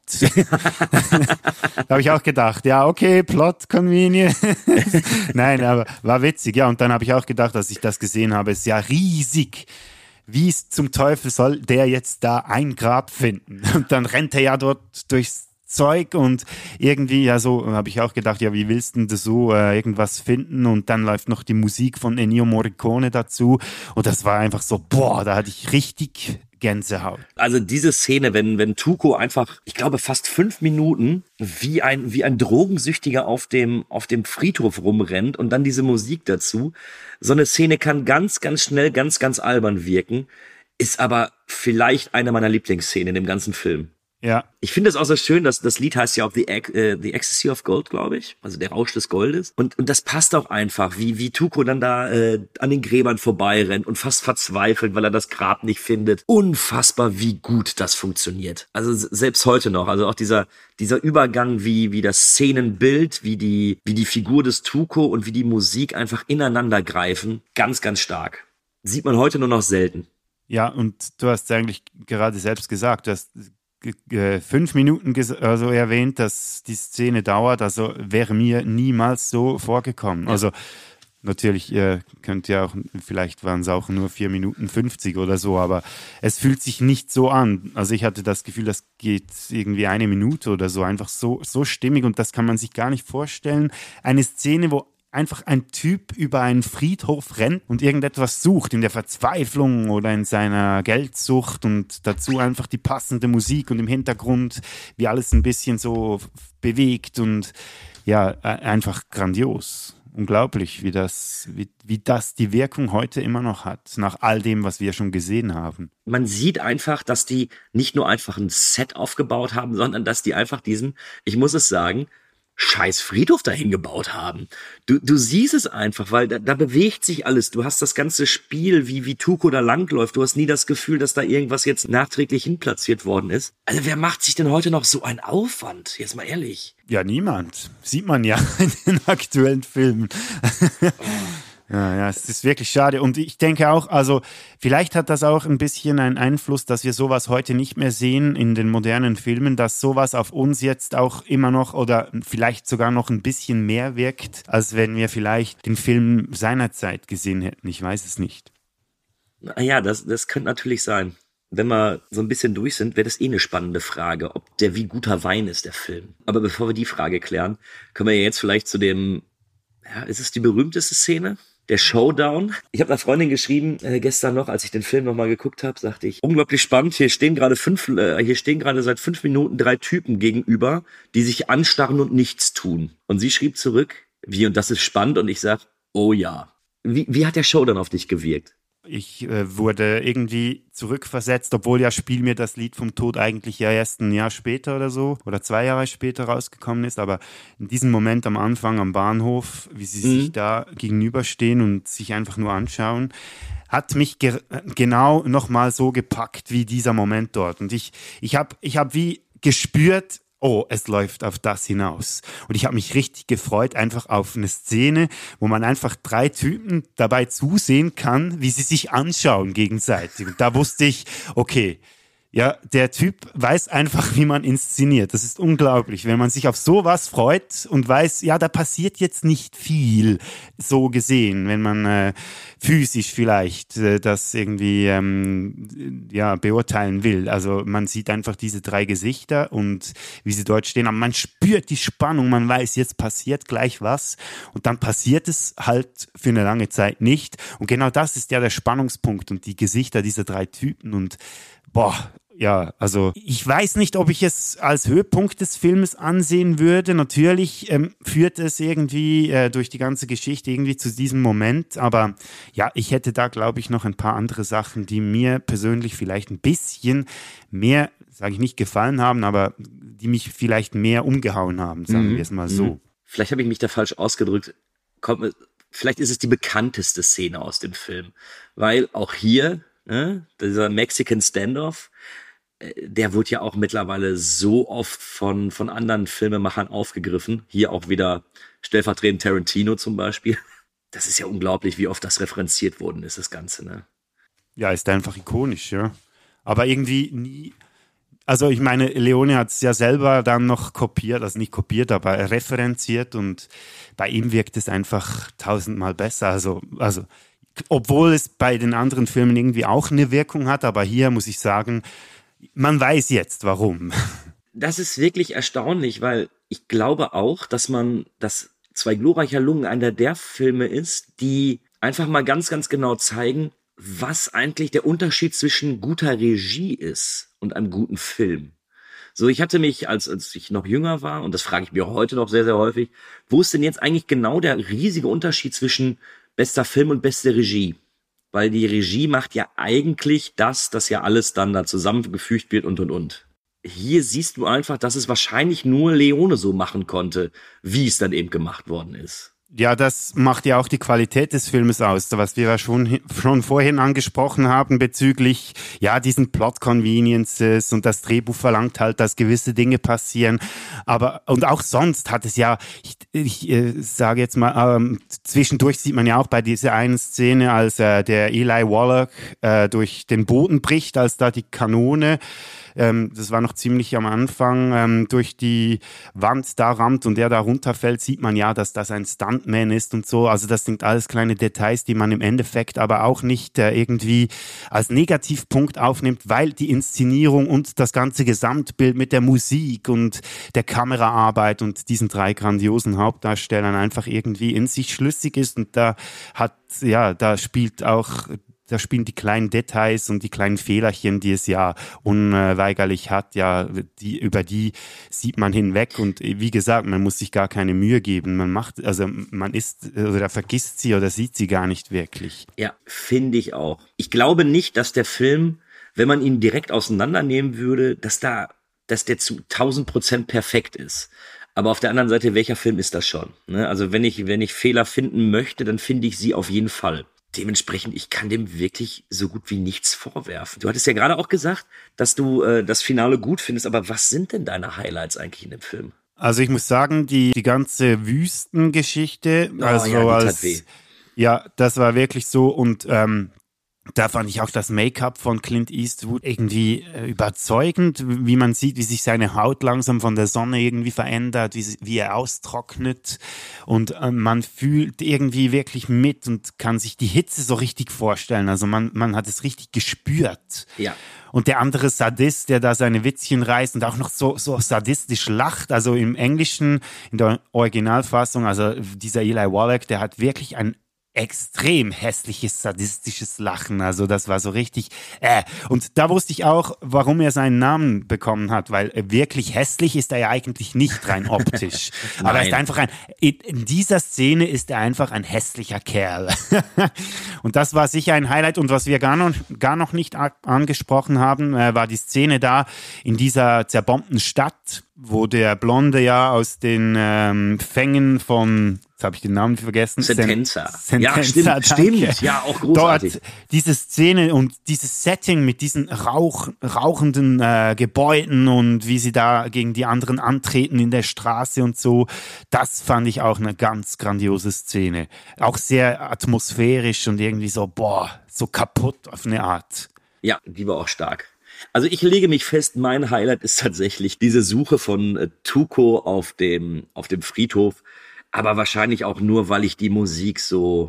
Speaker 7: Da habe ich auch gedacht, ja, okay, Plot convenient. Nein, aber war witzig. Ja, und dann habe ich auch gedacht, als ich das gesehen habe, ist ja riesig. Wie es zum Teufel soll der jetzt da ein Grab finden? Und dann rennt er ja dort durchs Zeug und irgendwie, ja so, habe ich auch gedacht, ja, wie willst du denn so äh, irgendwas finden? Und dann läuft noch die Musik von Ennio Morricone dazu und das war einfach so, boah, da hatte ich richtig Gänsehaut.
Speaker 6: Also diese Szene, wenn wenn Tuco einfach, ich glaube fast fünf Minuten wie ein wie ein Drogensüchtiger auf dem auf dem Friedhof rumrennt und dann diese Musik dazu, so eine Szene kann ganz ganz schnell ganz ganz albern wirken, ist aber vielleicht eine meiner Lieblingsszenen in dem ganzen Film.
Speaker 7: Ja.
Speaker 6: Ich finde es auch so schön, dass das Lied heißt ja auch The, äh, The Ecstasy of Gold, glaube ich. Also der Rausch des Goldes. Und, und das passt auch einfach, wie, wie Tuco dann da äh, an den Gräbern vorbeirennt und fast verzweifelt, weil er das Grab nicht findet. Unfassbar, wie gut das funktioniert. Also selbst heute noch. Also auch dieser, dieser Übergang, wie, wie das Szenenbild, wie die, wie die Figur des Tuco und wie die Musik einfach ineinander greifen. Ganz, ganz stark. Sieht man heute nur noch selten.
Speaker 7: Ja, und du hast eigentlich gerade selbst gesagt, du hast fünf Minuten ges- also erwähnt, dass die Szene dauert, also wäre mir niemals so vorgekommen.
Speaker 6: Ja.
Speaker 7: Also natürlich, ihr könnt ja auch, vielleicht waren es auch nur vier Minuten fünfzig oder so, aber es fühlt sich nicht so an. Also ich hatte das Gefühl, das geht irgendwie eine Minute oder so, einfach so, so stimmig und das kann man sich gar nicht vorstellen. Eine Szene, wo einfach ein Typ über einen Friedhof rennt und irgendetwas sucht in der Verzweiflung oder in seiner Geldsucht und dazu einfach die passende Musik und im Hintergrund, wie alles ein bisschen so bewegt und ja, einfach grandios. Unglaublich, wie das, wie, wie das die Wirkung heute immer noch hat, nach all dem, was wir schon gesehen haben.
Speaker 6: Man sieht einfach, dass die nicht nur einfach ein Set aufgebaut haben, sondern dass die einfach diesen, ich muss es sagen, scheiß Friedhof dahin gebaut haben. Du, du siehst es einfach, weil da, da bewegt sich alles. Du hast das ganze Spiel, wie, wie Tuco da langläuft. Du hast nie das Gefühl, dass da irgendwas jetzt nachträglich hinplatziert worden ist. Also wer macht sich denn heute noch so einen Aufwand? Jetzt mal ehrlich.
Speaker 7: Ja, niemand. Sieht man ja in den aktuellen Filmen. Oh. Ja, ja, es ist wirklich schade. Und ich denke auch, also vielleicht hat das auch ein bisschen einen Einfluss, dass wir sowas heute nicht mehr sehen in den modernen Filmen, dass sowas auf uns jetzt auch immer noch oder vielleicht sogar noch ein bisschen mehr wirkt, als wenn wir vielleicht den Film seinerzeit gesehen hätten. Ich weiß es nicht.
Speaker 6: Ja, das, das könnte natürlich sein. Wenn wir so ein bisschen durch sind, wäre das eh eine spannende Frage, ob der wie guter Wein ist, der Film. Aber bevor wir die Frage klären, können wir ja jetzt vielleicht zu dem, ja, ist es die berühmteste Szene? Der Showdown. Ich habe einer Freundin geschrieben, äh, gestern noch, als ich den Film nochmal geguckt habe, sagte ich, unglaublich spannend, hier stehen gerade fünf, äh, hier stehen gerade seit fünf Minuten drei Typen gegenüber, die sich anstarren und nichts tun. Und sie schrieb zurück, wie, und das ist spannend, und ich sag, oh ja. Wie, wie hat der Showdown auf dich gewirkt?
Speaker 7: Ich äh, wurde irgendwie zurückversetzt, obwohl ja Spiel mir das Lied vom Tod eigentlich ja erst ein Jahr später oder so oder zwei Jahre später rausgekommen ist, aber in diesem Moment am Anfang am Bahnhof, wie sie mhm. sich da gegenüberstehen und sich einfach nur anschauen, hat mich ge- genau nochmal so gepackt wie dieser Moment dort. Und ich, ich habe ich hab wie gespürt, oh, es läuft auf das hinaus. Und ich habe mich richtig gefreut, einfach auf eine Szene, wo man einfach drei Typen dabei zusehen kann, wie sie sich anschauen gegenseitig. Und da wusste ich, okay, ja, der Typ weiß einfach, wie man inszeniert. Das ist unglaublich, wenn man sich auf sowas freut und weiß, ja, da passiert jetzt nicht viel, so gesehen, wenn man äh, physisch vielleicht äh, das irgendwie ähm, ja, beurteilen will. Also man sieht einfach diese drei Gesichter und wie sie dort stehen, aber man spürt die Spannung, man weiß, jetzt passiert gleich was und dann passiert es halt für eine lange Zeit nicht. Und genau das ist ja der Spannungspunkt und die Gesichter dieser drei Typen und boah, ja, also ich weiß nicht, ob ich es als Höhepunkt des Films ansehen würde. Natürlich ähm, führt es irgendwie äh, durch die ganze Geschichte irgendwie zu diesem Moment. Aber ja, ich hätte da, glaube ich, noch ein paar andere Sachen, die mir persönlich vielleicht ein bisschen mehr, sage ich nicht, gefallen haben, aber die mich vielleicht mehr umgehauen haben, sagen mhm. wir es mal so.
Speaker 6: Vielleicht habe ich mich da falsch ausgedrückt. Komm, vielleicht ist es die bekannteste Szene aus dem Film. Weil auch hier, ne, dieser Mexican Standoff, der wird ja auch mittlerweile so oft von, von anderen Filmemachern aufgegriffen. Hier auch wieder stellvertretend Tarantino zum Beispiel. Das ist ja unglaublich, wie oft das referenziert worden ist, das Ganze, ne?
Speaker 7: Ja, ist einfach ikonisch, ja. Aber irgendwie nie, also ich meine, Leone hat es ja selber dann noch kopiert, also nicht kopiert, aber referenziert und bei ihm wirkt es einfach tausendmal besser. Also, also obwohl es bei den anderen Filmen irgendwie auch eine Wirkung hat, aber hier muss ich sagen, man weiß jetzt, warum.
Speaker 6: Das ist wirklich erstaunlich, weil ich glaube auch, dass man, dass Zwei glorreicher Lungen einer der Filme ist, die einfach mal ganz, ganz genau zeigen, was eigentlich der Unterschied zwischen guter Regie ist und einem guten Film. So, ich hatte mich, als, als ich noch jünger war, und das frage ich mir heute noch sehr, sehr häufig, wo ist denn jetzt eigentlich genau der riesige Unterschied zwischen bester Film und beste Regie? Weil die Regie macht ja eigentlich das, dass ja alles dann da zusammengefügt wird und, und, und. Hier siehst du einfach, dass es wahrscheinlich nur Leone so machen konnte, wie es dann eben gemacht worden ist.
Speaker 7: Ja, das macht ja auch die Qualität des Filmes aus, was wir ja schon, schon vorhin angesprochen haben bezüglich ja diesen Plot-Conveniences und das Drehbuch verlangt halt, dass gewisse Dinge passieren. Aber und auch sonst hat es ja, ich, ich äh, sage jetzt mal, ähm, zwischendurch sieht man ja auch bei dieser einen Szene, als äh, der Eli Wallach äh, durch den Boden bricht, als da die Kanone ähm, das war noch ziemlich am Anfang, ähm, durch die Wand da rammt und der da runterfällt, sieht man ja, dass das ein Stuntman ist und so. Also das sind alles kleine Details, die man im Endeffekt aber auch nicht äh, irgendwie als Negativpunkt aufnimmt, weil die Inszenierung und das ganze Gesamtbild mit der Musik und der Kameraarbeit und diesen drei grandiosen Hauptdarstellern einfach irgendwie in sich schlüssig ist. Und da hat, ja, da spielt auch Da spielen die kleinen Details und die kleinen Fehlerchen, die es ja unweigerlich hat, ja, die, über die sieht man hinweg. Und wie gesagt, man muss sich gar keine Mühe geben. Man macht, also man ist oder vergisst sie oder sieht sie gar nicht wirklich.
Speaker 6: Ja, finde ich auch. Ich glaube nicht, dass der Film, wenn man ihn direkt auseinandernehmen würde, dass da, dass der zu tausend Prozent perfekt ist. Aber auf der anderen Seite, welcher Film ist das schon? Ne? Also wenn ich, wenn ich Fehler finden möchte, dann finde ich sie auf jeden Fall. Dementsprechend, ich kann dem wirklich so gut wie nichts vorwerfen. Du hattest ja gerade auch gesagt, dass du äh, das Finale gut findest, aber was sind denn deine Highlights eigentlich in dem Film?
Speaker 7: Also ich muss sagen, die, die ganze Wüstengeschichte,
Speaker 6: Oh,
Speaker 7: also
Speaker 6: ja, die tat
Speaker 7: als,
Speaker 6: weh.
Speaker 7: ja, das war wirklich so und ähm, da fand ich auch das Make-up von Clint Eastwood irgendwie äh, überzeugend, wie man sieht, wie sich seine Haut langsam von der Sonne irgendwie verändert, wie, sie- wie er austrocknet und äh, man fühlt irgendwie wirklich mit und kann sich die Hitze so richtig vorstellen. Also man, man hat es richtig gespürt.
Speaker 6: Ja.
Speaker 7: Und der andere Sadist, der da seine Witzchen reißt und auch noch so, so sadistisch lacht, also im Englischen, in der Originalfassung, also dieser Eli Wallach, der hat wirklich ein extrem hässliches, sadistisches Lachen. Also das war so richtig, äh. Und da wusste ich auch, warum er seinen Namen bekommen hat, weil äh, wirklich hässlich ist er ja eigentlich nicht rein optisch. Aber er ist einfach ein, in, in dieser Szene ist er einfach ein hässlicher Kerl. Und das war sicher ein Highlight. Und was wir gar noch, gar noch nicht a- angesprochen haben, äh, war die Szene da in dieser zerbombten Stadt, wo der Blonde ja aus den ähm, Fängen von, jetzt habe ich den Namen vergessen.
Speaker 6: Sentenza.
Speaker 7: Sen-
Speaker 6: Ja,
Speaker 7: Sentenza,
Speaker 6: stimmt,
Speaker 7: danke.
Speaker 6: stimmt. Ja, auch großartig.
Speaker 7: Dort diese Szene und dieses Setting mit diesen Rauch, rauchenden äh, Gebäuden und wie sie da gegen die anderen antreten in der Straße und so, das fand ich auch eine ganz grandiose Szene. Auch sehr atmosphärisch und irgendwie so, boah, so kaputt auf eine Art.
Speaker 6: Ja, die war auch stark. Also ich lege mich fest, mein Highlight ist tatsächlich diese Suche von äh, Tuco auf dem, auf dem Friedhof. Aber wahrscheinlich auch nur, weil ich die Musik so,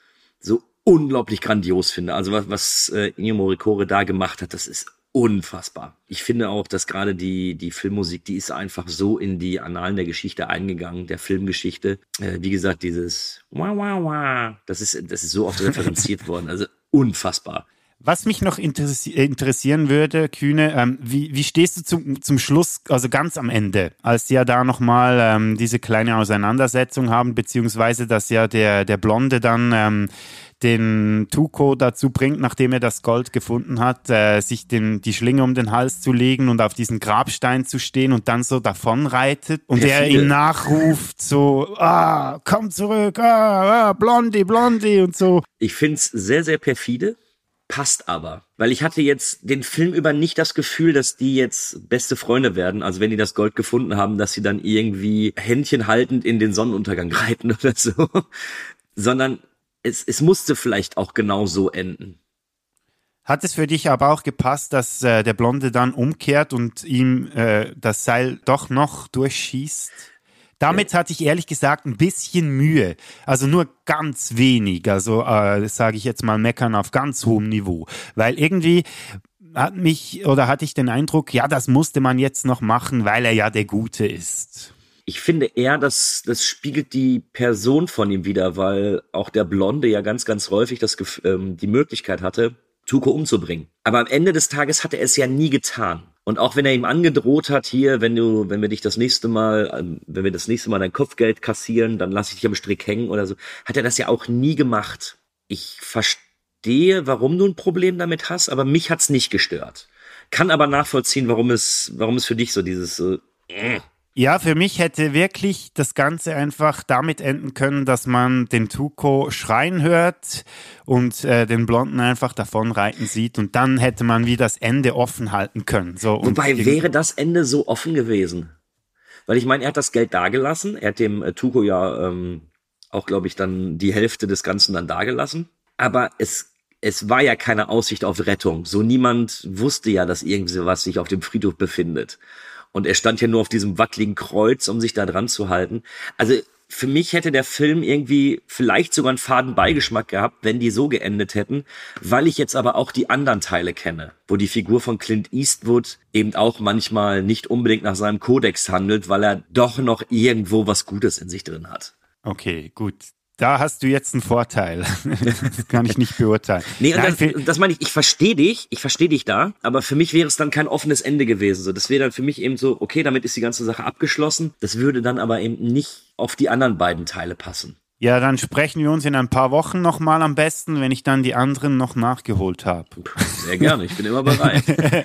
Speaker 6: so unglaublich grandios finde. Also was, was äh, Ennio Morricone da gemacht hat, das ist unfassbar. Ich finde auch, dass gerade die, die Filmmusik, die ist einfach so in die Annalen der Geschichte eingegangen, der Filmgeschichte. Äh, wie gesagt, dieses Wah, wah, wah, das ist, das ist so oft referenziert worden. Also unfassbar.
Speaker 7: Was mich noch interessi- interessieren würde, Kühne, ähm, wie, wie stehst du zum, zum Schluss, also ganz am Ende, als sie ja da nochmal ähm, diese kleine Auseinandersetzung haben, beziehungsweise dass ja der, der Blonde dann ähm, den Tuco dazu bringt, nachdem er das Gold gefunden hat, äh, sich den, die Schlinge um den Hals zu legen und auf diesen Grabstein zu stehen und dann so davonreitet und er
Speaker 6: Perfide.
Speaker 7: ihm nachruft so, ah, komm zurück, ah, ah, Blondie, Blondie und so.
Speaker 6: Ich find's sehr, sehr perfide, passt aber. Weil ich hatte jetzt den Film über nicht das Gefühl, dass die jetzt beste Freunde werden. Also wenn die das Gold gefunden haben, dass sie dann irgendwie Händchen haltend in den Sonnenuntergang reiten oder so. Sondern es, es musste vielleicht auch genau so enden.
Speaker 7: Hat es für dich aber auch gepasst, dass äh, der Blonde dann umkehrt und ihm äh, das Seil doch noch durchschießt? Damit hatte ich ehrlich gesagt ein bisschen Mühe. Also nur ganz wenig. Also äh, sage ich jetzt mal meckern auf ganz hohem Niveau. Weil irgendwie hat mich oder hatte ich den Eindruck, ja, das musste man jetzt noch machen, weil er ja der Gute ist.
Speaker 6: Ich finde eher, dass das spiegelt die Person von ihm wider, weil auch der Blonde ja ganz, ganz häufig das, Gef- ähm, die Möglichkeit hatte, Tuco umzubringen. Aber am Ende des Tages hat er es ja nie getan. Und auch wenn er ihm angedroht hat, hier, wenn du, wenn wir dich das nächste Mal, ähm, wenn wir das nächste Mal dein Kopfgeld kassieren, dann lass ich dich am Strick hängen oder so, hat er das ja auch nie gemacht. Ich verstehe, warum du ein Problem damit hast, aber mich hat's nicht gestört. Kann aber nachvollziehen, warum es, warum es für dich so dieses, so, äh,
Speaker 7: Ja, für mich hätte wirklich das Ganze einfach damit enden können, dass man den Tuco schreien hört und äh, den Blonden einfach davonreiten sieht und dann hätte man wie das Ende offen halten können. So, und
Speaker 6: Wobei wäre das Ende so offen gewesen? Weil ich meine, er hat das Geld dagelassen, er hat dem äh, Tuco ja ähm, auch, glaube ich, dann die Hälfte des Ganzen dann dagelassen. Aber es es war ja keine Aussicht auf Rettung. So niemand wusste ja, dass irgendwas sich auf dem Friedhof befindet. Und er stand ja nur auf diesem wackeligen Kreuz, um sich da dran zu halten. Also für mich hätte der Film irgendwie vielleicht sogar einen faden Beigeschmack gehabt, wenn die so geendet hätten, weil ich jetzt aber auch die anderen Teile kenne, wo die Figur von Clint Eastwood eben auch manchmal nicht unbedingt nach seinem Kodex handelt, weil er doch noch irgendwo was Gutes in sich drin hat.
Speaker 7: Okay, gut. Da hast du jetzt einen Vorteil. Das kann ich nicht beurteilen.
Speaker 6: Nee, und
Speaker 7: Nein,
Speaker 6: das, das meine ich, ich verstehe dich, ich verstehe dich da, aber für mich wäre es dann kein offenes Ende gewesen. So, das wäre dann für mich eben so, okay, damit ist die ganze Sache abgeschlossen. Das würde dann aber eben nicht auf die anderen beiden Teile passen.
Speaker 7: Ja, dann sprechen wir uns in ein paar Wochen nochmal am besten, wenn ich dann die anderen noch nachgeholt habe.
Speaker 6: Sehr gerne, ich bin immer bereit.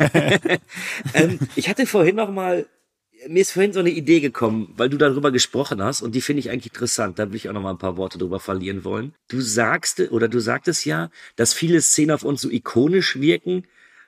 Speaker 6: ähm, ich hatte vorhin noch mal Mir ist vorhin so eine Idee gekommen, weil du darüber gesprochen hast und die finde ich eigentlich interessant. Da will ich auch noch mal ein paar Worte drüber verlieren wollen. Du sagst oder du sagtest ja, dass viele Szenen auf uns so ikonisch wirken,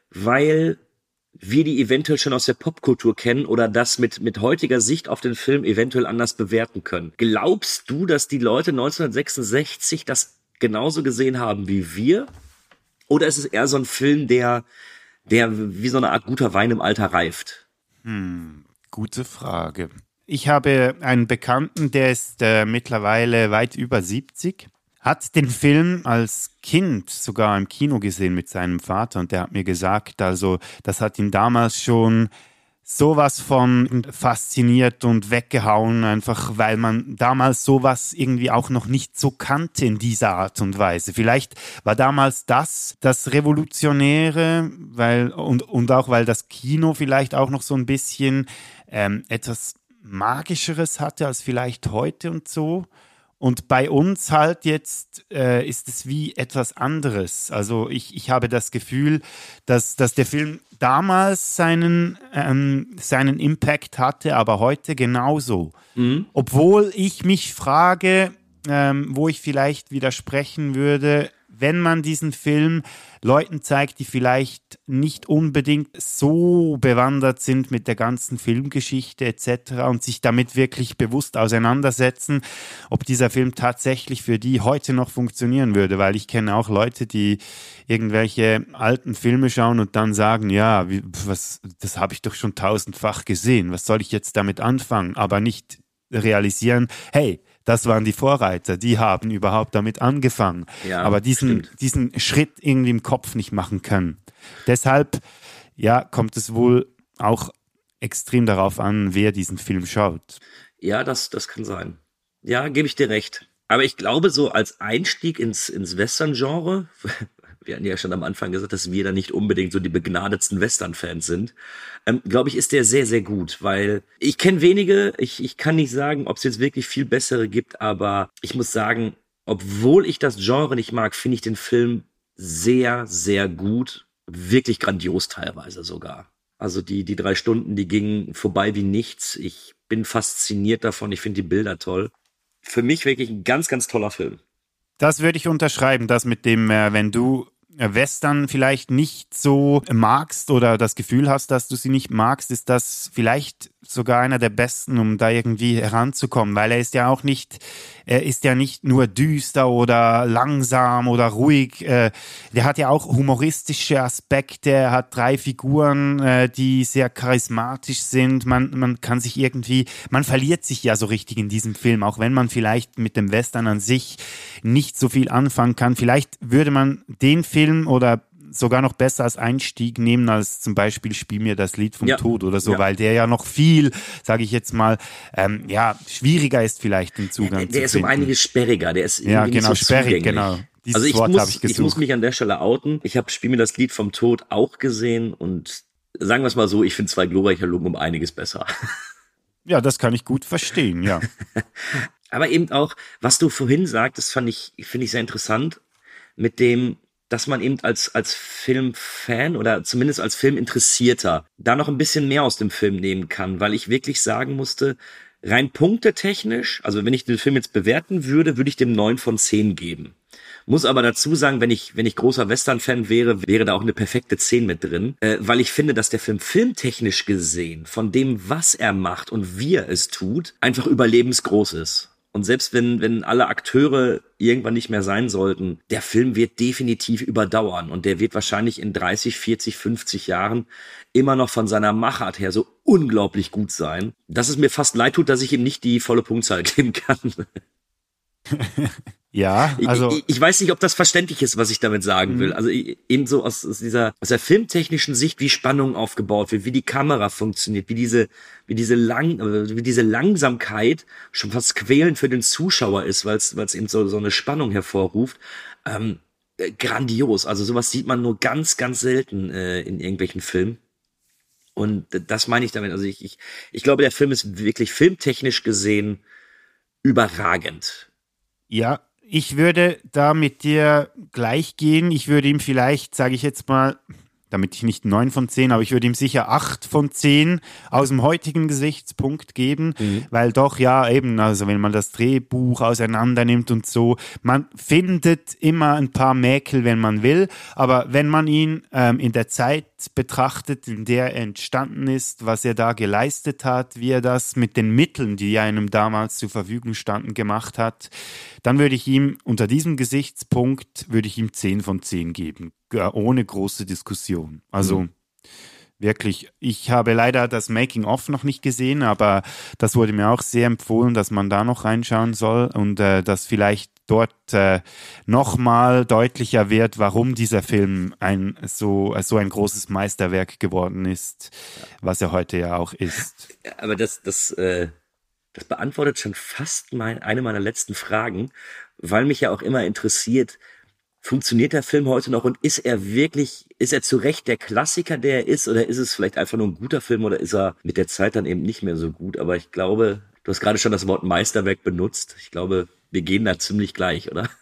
Speaker 6: weil wir die eventuell schon aus der Popkultur kennen oder das mit mit heutiger Sicht auf den Film eventuell anders bewerten können. Glaubst du, dass die Leute neunzehnhundertsechsundsechzig das genauso gesehen haben wie wir? Oder ist es eher so ein Film, der der wie so eine Art guter Wein im Alter reift?
Speaker 7: Hm. Gute Frage. Ich habe einen Bekannten, der ist äh, mittlerweile weit über siebzig, hat den Film als Kind sogar im Kino gesehen mit seinem Vater und der hat mir gesagt, also das hat ihn damals schon sowas von fasziniert und weggehauen, einfach weil man damals sowas irgendwie auch noch nicht so kannte in dieser Art und Weise. Vielleicht war damals das das Revolutionäre, weil und, und auch weil das Kino vielleicht auch noch so ein bisschen ähm, etwas Magischeres hatte als vielleicht heute und so. Und bei uns halt jetzt äh, ist es wie etwas anderes. Also ich, ich habe das Gefühl, dass, dass der Film damals seinen, ähm, seinen Impact hatte, aber heute genauso. Mhm. Obwohl ich mich frage, ähm, wo ich vielleicht widersprechen würde, wenn man diesen Film Leuten zeigt, die vielleicht nicht unbedingt so bewandert sind mit der ganzen Filmgeschichte et cetera und sich damit wirklich bewusst auseinandersetzen, ob dieser Film tatsächlich für die heute noch funktionieren würde, weil ich kenne auch Leute, die irgendwelche alten Filme schauen und dann sagen, ja, wie, was, das habe ich doch schon tausendfach gesehen, was soll ich jetzt damit anfangen, aber nicht realisieren, hey, das waren die Vorreiter, die haben überhaupt damit angefangen, ja, aber diesen, diesen Schritt irgendwie im Kopf nicht machen können. Deshalb, ja, kommt es wohl auch extrem darauf an, wer diesen Film schaut.
Speaker 6: Ja, das, das kann sein. Ja, gebe ich dir recht. Aber ich glaube, so als Einstieg ins, ins Western-Genre, wir hatten ja schon am Anfang gesagt, dass wir da nicht unbedingt so die begnadetsten Western-Fans sind, ähm, glaube ich, ist der sehr, sehr gut, weil ich kenne wenige, ich, ich kann nicht sagen, ob es jetzt wirklich viel bessere gibt, aber ich muss sagen, obwohl ich das Genre nicht mag, finde ich den Film sehr, sehr gut, wirklich grandios teilweise sogar. Also die, die drei Stunden, die gingen vorbei wie nichts. Ich bin fasziniert davon, ich finde die Bilder toll. Für mich wirklich ein ganz, ganz toller Film.
Speaker 7: Das würde ich unterschreiben, das mit dem, äh, wenn du Western vielleicht nicht so magst oder das Gefühl hast, dass du sie nicht magst, ist das vielleicht sogar einer der besten, um da irgendwie heranzukommen, weil er ist ja auch nicht, er ist ja nicht nur düster oder langsam oder ruhig, äh, der hat ja auch humoristische Aspekte, er hat drei Figuren, äh, die sehr charismatisch sind, man, man kann sich irgendwie, man verliert sich ja so richtig in diesem Film, auch wenn man vielleicht mit dem Western an sich nicht so viel anfangen kann, vielleicht würde man den Film oder sogar noch besser als Einstieg nehmen als zum Beispiel Spiel mir das Lied vom ja. Tod oder so, ja. weil der ja noch viel, sage ich jetzt mal, ähm, ja, schwieriger ist vielleicht den Zugang
Speaker 6: ja, der, der
Speaker 7: zu
Speaker 6: Der ist
Speaker 7: finden.
Speaker 6: um einiges sperriger, der ist
Speaker 7: ja, genau,
Speaker 6: nicht so
Speaker 7: sperrig, genau.
Speaker 6: Dieses also ich Wort muss, ich, ich muss mich an der Stelle outen. Ich habe Spiel mir das Lied vom Tod auch gesehen und sagen wir es mal so, ich finde zwei glorreiche Lungen um einiges besser.
Speaker 7: Ja, das kann ich gut verstehen, ja.
Speaker 6: Aber eben auch, was du vorhin sagtest, fand ich, finde ich sehr interessant, mit dem, dass man eben als, als Filmfan oder zumindest als Filminteressierter da noch ein bisschen mehr aus dem Film nehmen kann, weil ich wirklich sagen musste, rein punktetechnisch, also wenn ich den Film jetzt bewerten würde, würde ich dem neun von zehn geben. Muss aber dazu sagen, wenn ich, wenn ich großer Western-Fan wäre, wäre da auch eine perfekte zehn mit drin, äh, weil ich finde, dass der Film filmtechnisch gesehen, von dem, was er macht und wie er es tut, einfach überlebensgroß ist. Und selbst wenn, wenn alle Akteure irgendwann nicht mehr sein sollten, der Film wird definitiv überdauern und der wird wahrscheinlich in dreißig, vierzig, fünfzig Jahren immer noch von seiner Machart her so unglaublich gut sein, dass es mir fast leid tut, dass ich ihm nicht die volle Punktzahl geben kann.
Speaker 7: Ja, also
Speaker 6: ich, ich weiß nicht, ob das verständlich ist, was ich damit sagen will. Also eben so aus, aus dieser aus der filmtechnischen Sicht, wie Spannung aufgebaut wird, wie die Kamera funktioniert, wie diese wie diese lang wie diese Langsamkeit schon fast quälend für den Zuschauer ist, weil es weil es eben so so eine Spannung hervorruft. Ähm, grandios. Also sowas sieht man nur ganz ganz selten äh, in irgendwelchen Filmen. Und das meine ich damit. Also ich ich ich glaube, der Film ist wirklich filmtechnisch gesehen überragend.
Speaker 7: Ja, ich würde da mit dir gleich gehen. Ich würde ihm vielleicht, sage ich jetzt mal, damit ich nicht neun von zehn, aber ich würde ihm sicher acht von zehn aus dem heutigen Gesichtspunkt geben, mhm. weil doch, ja, eben, also wenn man das Drehbuch auseinander nimmt und so, man findet immer ein paar Mäkel, wenn man will, aber wenn man ihn ähm, in der Zeit betrachtet, in der er entstanden ist, was er da geleistet hat, wie er das mit den Mitteln, die einem damals zur Verfügung standen, gemacht hat, dann würde ich ihm unter diesem Gesichtspunkt, würde ich ihm zehn von zehn geben, ohne große Diskussion. Also mhm. wirklich, ich habe leider das Making-of noch nicht gesehen, aber das wurde mir auch sehr empfohlen, dass man da noch reinschauen soll und äh, dass vielleicht dort äh, nochmal deutlicher wird, warum dieser Film ein so, so ein großes Meisterwerk geworden ist, was er heute ja auch ist.
Speaker 6: Aber das, das, äh, das beantwortet schon fast mein, eine meiner letzten Fragen, weil mich ja auch immer interessiert, funktioniert der Film heute noch und ist er wirklich, ist er zu Recht der Klassiker, der er ist, oder ist es vielleicht einfach nur ein guter Film oder ist er mit der Zeit dann eben nicht mehr so gut? Aber ich glaube, du hast gerade schon das Wort Meisterwerk benutzt. Ich glaube, wir gehen da ziemlich gleich, oder?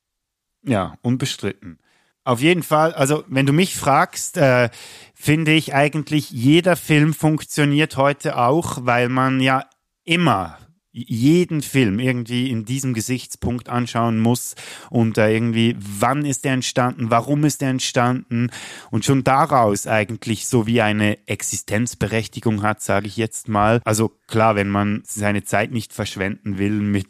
Speaker 7: Ja, unbestritten. Auf jeden Fall, also wenn du mich fragst, äh, finde ich eigentlich, jeder Film funktioniert heute auch, weil man ja immer jeden Film irgendwie in diesem Gesichtspunkt anschauen muss und äh, irgendwie, wann ist er entstanden, warum ist er entstanden und schon daraus eigentlich so wie eine Existenzberechtigung hat, sage ich jetzt mal. Also klar, wenn man seine Zeit nicht verschwenden will mit,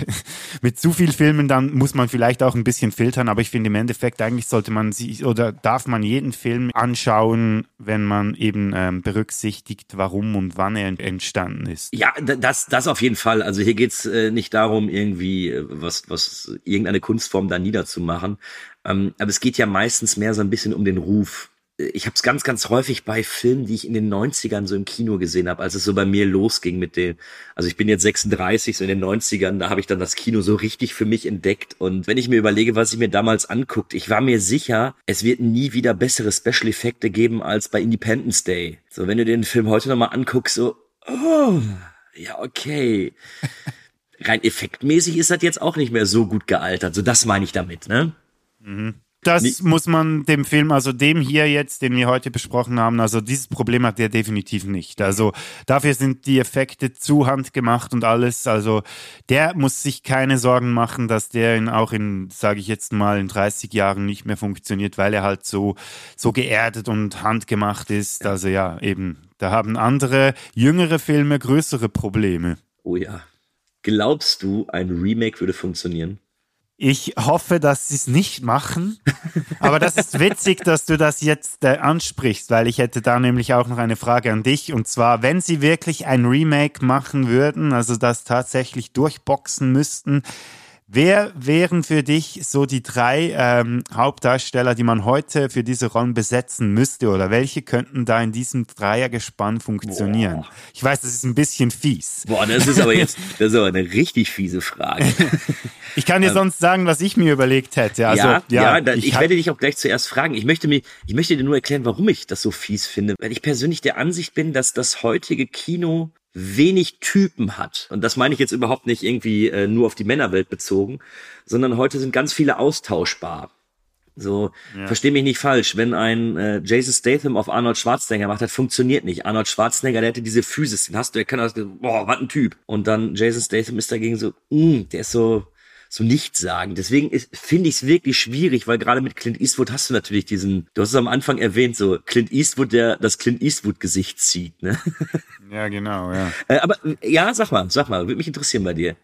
Speaker 7: mit zu viel Filmen, dann muss man vielleicht auch ein bisschen filtern, aber ich finde im Endeffekt eigentlich sollte man sich oder darf man jeden Film anschauen, wenn man eben ähm, berücksichtigt, warum und wann er entstanden ist.
Speaker 6: Ja, das, das auf jeden Fall. Also hier geht's äh, nicht darum, irgendwie äh, was, was irgendeine Kunstform da niederzumachen. Ähm, aber es geht ja meistens mehr so ein bisschen um den Ruf. Ich habe es ganz, ganz häufig bei Filmen, die ich in den neunzigern so im Kino gesehen habe, als es so bei mir losging mit den, also ich bin jetzt sechsunddreißig, so in den neunzigern, da habe ich dann das Kino so richtig für mich entdeckt. Und wenn ich mir überlege, was ich mir damals anguckt, ich war mir sicher, es wird nie wieder bessere Special-Effekte geben als bei Independence Day. So, wenn du den Film heute nochmal anguckst, so, oh, ja, okay. Rein effektmäßig ist das jetzt auch nicht mehr so gut gealtert. So, das meine ich damit, ne?
Speaker 7: Mhm. Das nee. muss man dem Film, also dem hier jetzt, den wir heute besprochen haben, also dieses Problem hat der definitiv nicht. Also dafür sind die Effekte zu handgemacht und alles. Also der muss sich keine Sorgen machen, dass der in, auch in, sage ich jetzt mal, in dreißig Jahren nicht mehr funktioniert, weil er halt so, so geerdet und handgemacht ist. Also ja, eben, da haben andere, jüngere Filme größere Probleme.
Speaker 6: Oh ja. Glaubst du, ein Remake würde funktionieren?
Speaker 7: Ich hoffe, dass sie es nicht machen, aber das ist witzig, dass du das jetzt äh, ansprichst, weil ich hätte da nämlich auch noch eine Frage an dich und zwar, wenn sie wirklich ein Remake machen würden, also das tatsächlich durchboxen müssten, wer wären für dich so die drei ähm, Hauptdarsteller, die man heute für diese Rollen besetzen müsste oder welche könnten da in diesem Dreiergespann funktionieren? Boah. Ich weiß, das ist ein bisschen fies.
Speaker 6: Boah, das ist aber jetzt das ist aber eine richtig fiese Frage.
Speaker 7: Ich kann dir ähm, sonst sagen, was ich mir überlegt hätte. Also,
Speaker 6: ja, ja, ja da, ich,
Speaker 7: ich
Speaker 6: werde dich auch gleich zuerst fragen. Ich möchte mir, ich möchte dir nur erklären, warum ich das so fies finde. Weil ich persönlich der Ansicht bin, dass das heutige Kino wenig Typen hat. Und das meine ich jetzt überhaupt nicht irgendwie äh, nur auf die Männerwelt bezogen, sondern heute sind ganz viele austauschbar. So, ja. Versteh mich nicht falsch, wenn ein äh, Jason Statham auf Arnold Schwarzenegger macht, das funktioniert nicht. Arnold Schwarzenegger, der hätte diese Physis, den hast du, der kann das, boah, was ein Typ. Und dann Jason Statham ist dagegen so, mh, der ist so so nichtssagend. Deswegen finde ich es wirklich schwierig, weil gerade mit Clint Eastwood hast du natürlich diesen, du hast es am Anfang erwähnt, so Clint Eastwood, der das Clint Eastwood-Gesicht zieht, ne?
Speaker 7: Ja, genau, ja.
Speaker 6: Äh, aber ja, sag mal, sag mal, würde mich interessieren bei dir.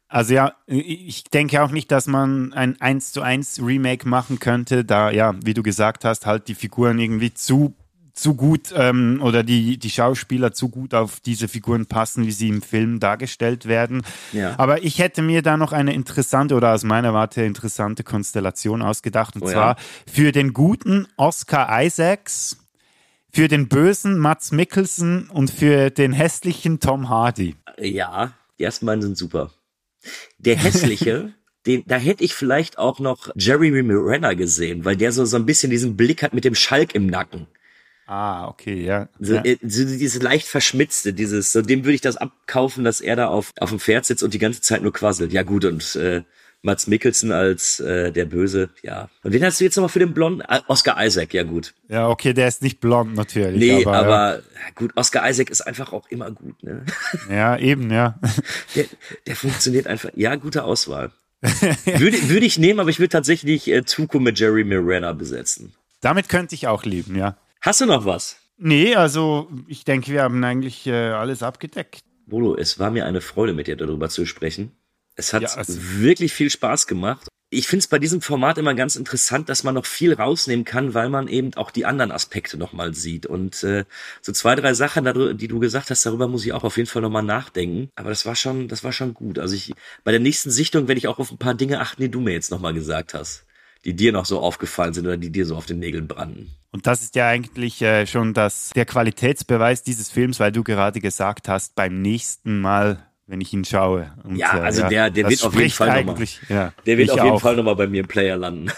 Speaker 7: Also ja, ich denke auch nicht, dass man ein eins zu eins Remake machen könnte, da, ja, wie du gesagt hast, halt die Figuren irgendwie zu, zu gut ähm, oder die, die Schauspieler zu gut auf diese Figuren passen, wie sie im Film dargestellt werden.
Speaker 6: Ja.
Speaker 7: Aber ich hätte mir da noch eine interessante oder aus meiner Warte interessante Konstellation ausgedacht, und
Speaker 6: oh,
Speaker 7: zwar
Speaker 6: ja.
Speaker 7: für den guten Oscar Isaacs, für den bösen Mads Mikkelsen und für den hässlichen Tom Hardy.
Speaker 6: Ja, die ersten beiden sind super. Der hässliche, den, da hätte ich vielleicht auch noch Jeremy Renner gesehen, weil der so, so ein bisschen diesen Blick hat mit dem Schalk im Nacken.
Speaker 7: Ah, okay, ja.
Speaker 6: So,
Speaker 7: ja.
Speaker 6: äh, so dieses leicht verschmitzte, dieses, so dem würde ich das abkaufen, dass er da auf, auf dem Pferd sitzt und die ganze Zeit nur quasselt. Ja gut, und äh, Mads Mikkelsen als äh, der Böse, ja. Und wen hast du jetzt nochmal für den Blonden? Ah, Oscar Isaac, ja gut.
Speaker 7: Ja, okay, der ist nicht blond natürlich.
Speaker 6: Nee,
Speaker 7: aber,
Speaker 6: aber
Speaker 7: ja.
Speaker 6: gut, Oscar Isaac ist einfach auch immer gut, ne?
Speaker 7: Ja, eben, ja.
Speaker 6: Der, der funktioniert einfach, ja, gute Auswahl. würde, würde ich nehmen, aber ich würde tatsächlich äh, Tuco mit Jeremy Renner besetzen.
Speaker 7: Damit könnte ich auch leben, ja.
Speaker 6: Hast du noch was?
Speaker 7: Nee, also ich denke, wir haben eigentlich äh, alles abgedeckt.
Speaker 6: Bodo, es war mir eine Freude, mit dir darüber zu sprechen. Es hat
Speaker 7: Ja, also
Speaker 6: wirklich viel Spaß gemacht. Ich finde es bei diesem Format immer ganz interessant, dass man noch viel rausnehmen kann, weil man eben auch die anderen Aspekte nochmal sieht. Und äh, so zwei, drei Sachen, die du gesagt hast, darüber muss ich auch auf jeden Fall nochmal nachdenken. Aber das war schon, das war schon gut. Also ich, bei der nächsten Sichtung werde ich auch auf ein paar Dinge achten, die du mir jetzt nochmal gesagt hast, die dir noch so aufgefallen sind oder die dir so auf den Nägeln brannten.
Speaker 7: Und das ist ja eigentlich äh, schon das, der Qualitätsbeweis dieses Films, weil du gerade gesagt hast, beim nächsten Mal, wenn ich ihn schaue. Und,
Speaker 6: ja, also
Speaker 7: äh,
Speaker 6: der, der wird auf jeden Fall nochmal,
Speaker 7: ja,
Speaker 6: der wird auf jeden
Speaker 7: auch.
Speaker 6: Fall nochmal bei mir im Player landen.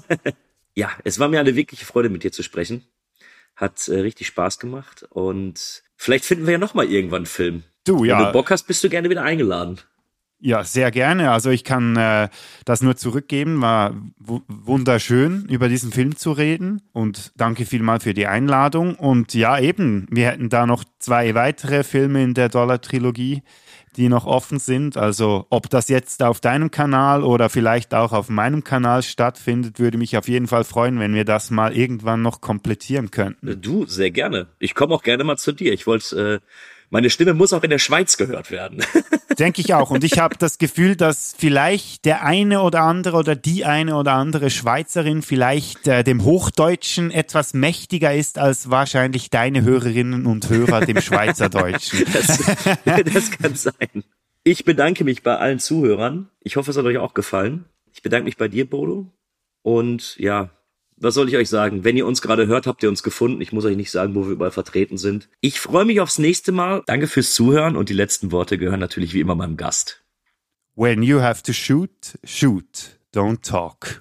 Speaker 6: Ja, es war mir eine wirkliche Freude, mit dir zu sprechen. Hat äh, richtig Spaß gemacht und vielleicht finden wir ja nochmal irgendwann einen Film.
Speaker 7: Du, ja.
Speaker 6: Wenn du Bock hast, bist du gerne wieder eingeladen.
Speaker 7: Ja, sehr gerne. Also ich kann äh, das nur zurückgeben. War w- wunderschön, über diesen Film zu reden. Und danke vielmals für die Einladung. Und ja, eben, wir hätten da noch zwei weitere Filme in der Dollar-Trilogie, die noch offen sind. Also ob das jetzt auf deinem Kanal oder vielleicht auch auf meinem Kanal stattfindet, würde mich auf jeden Fall freuen, wenn wir das mal irgendwann noch komplettieren könnten.
Speaker 6: Du, sehr gerne. Ich komme auch gerne mal zu dir. Ich wollte... Äh Meine Stimme muss auch in der Schweiz gehört werden.
Speaker 7: Denke ich auch. Und ich habe das Gefühl, dass vielleicht der eine oder andere oder die eine oder andere Schweizerin vielleicht äh, dem Hochdeutschen etwas mächtiger ist als wahrscheinlich deine Hörerinnen und Hörer dem Schweizerdeutschen.
Speaker 6: Das, das kann sein. Ich bedanke mich bei allen Zuhörern. Ich hoffe, es hat euch auch gefallen. Ich bedanke mich bei dir, Bodo. Und ja, was soll ich euch sagen? Wenn ihr uns gerade hört, habt ihr uns gefunden. Ich muss euch nicht sagen, wo wir überall vertreten sind. Ich freue mich aufs nächste Mal. Danke fürs Zuhören und die letzten Worte gehören natürlich wie immer meinem Gast.
Speaker 7: When you have to shoot, shoot. Don't talk.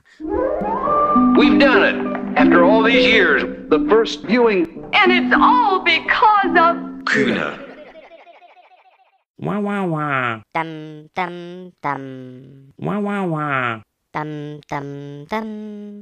Speaker 1: We've done it. After all these years, the first viewing.
Speaker 2: And it's all because of...
Speaker 8: Kühne.
Speaker 6: Wah, wah, wah.
Speaker 10: Dum, dum, dum.
Speaker 6: Wah, wah, wah.
Speaker 10: Dum, dum, dum.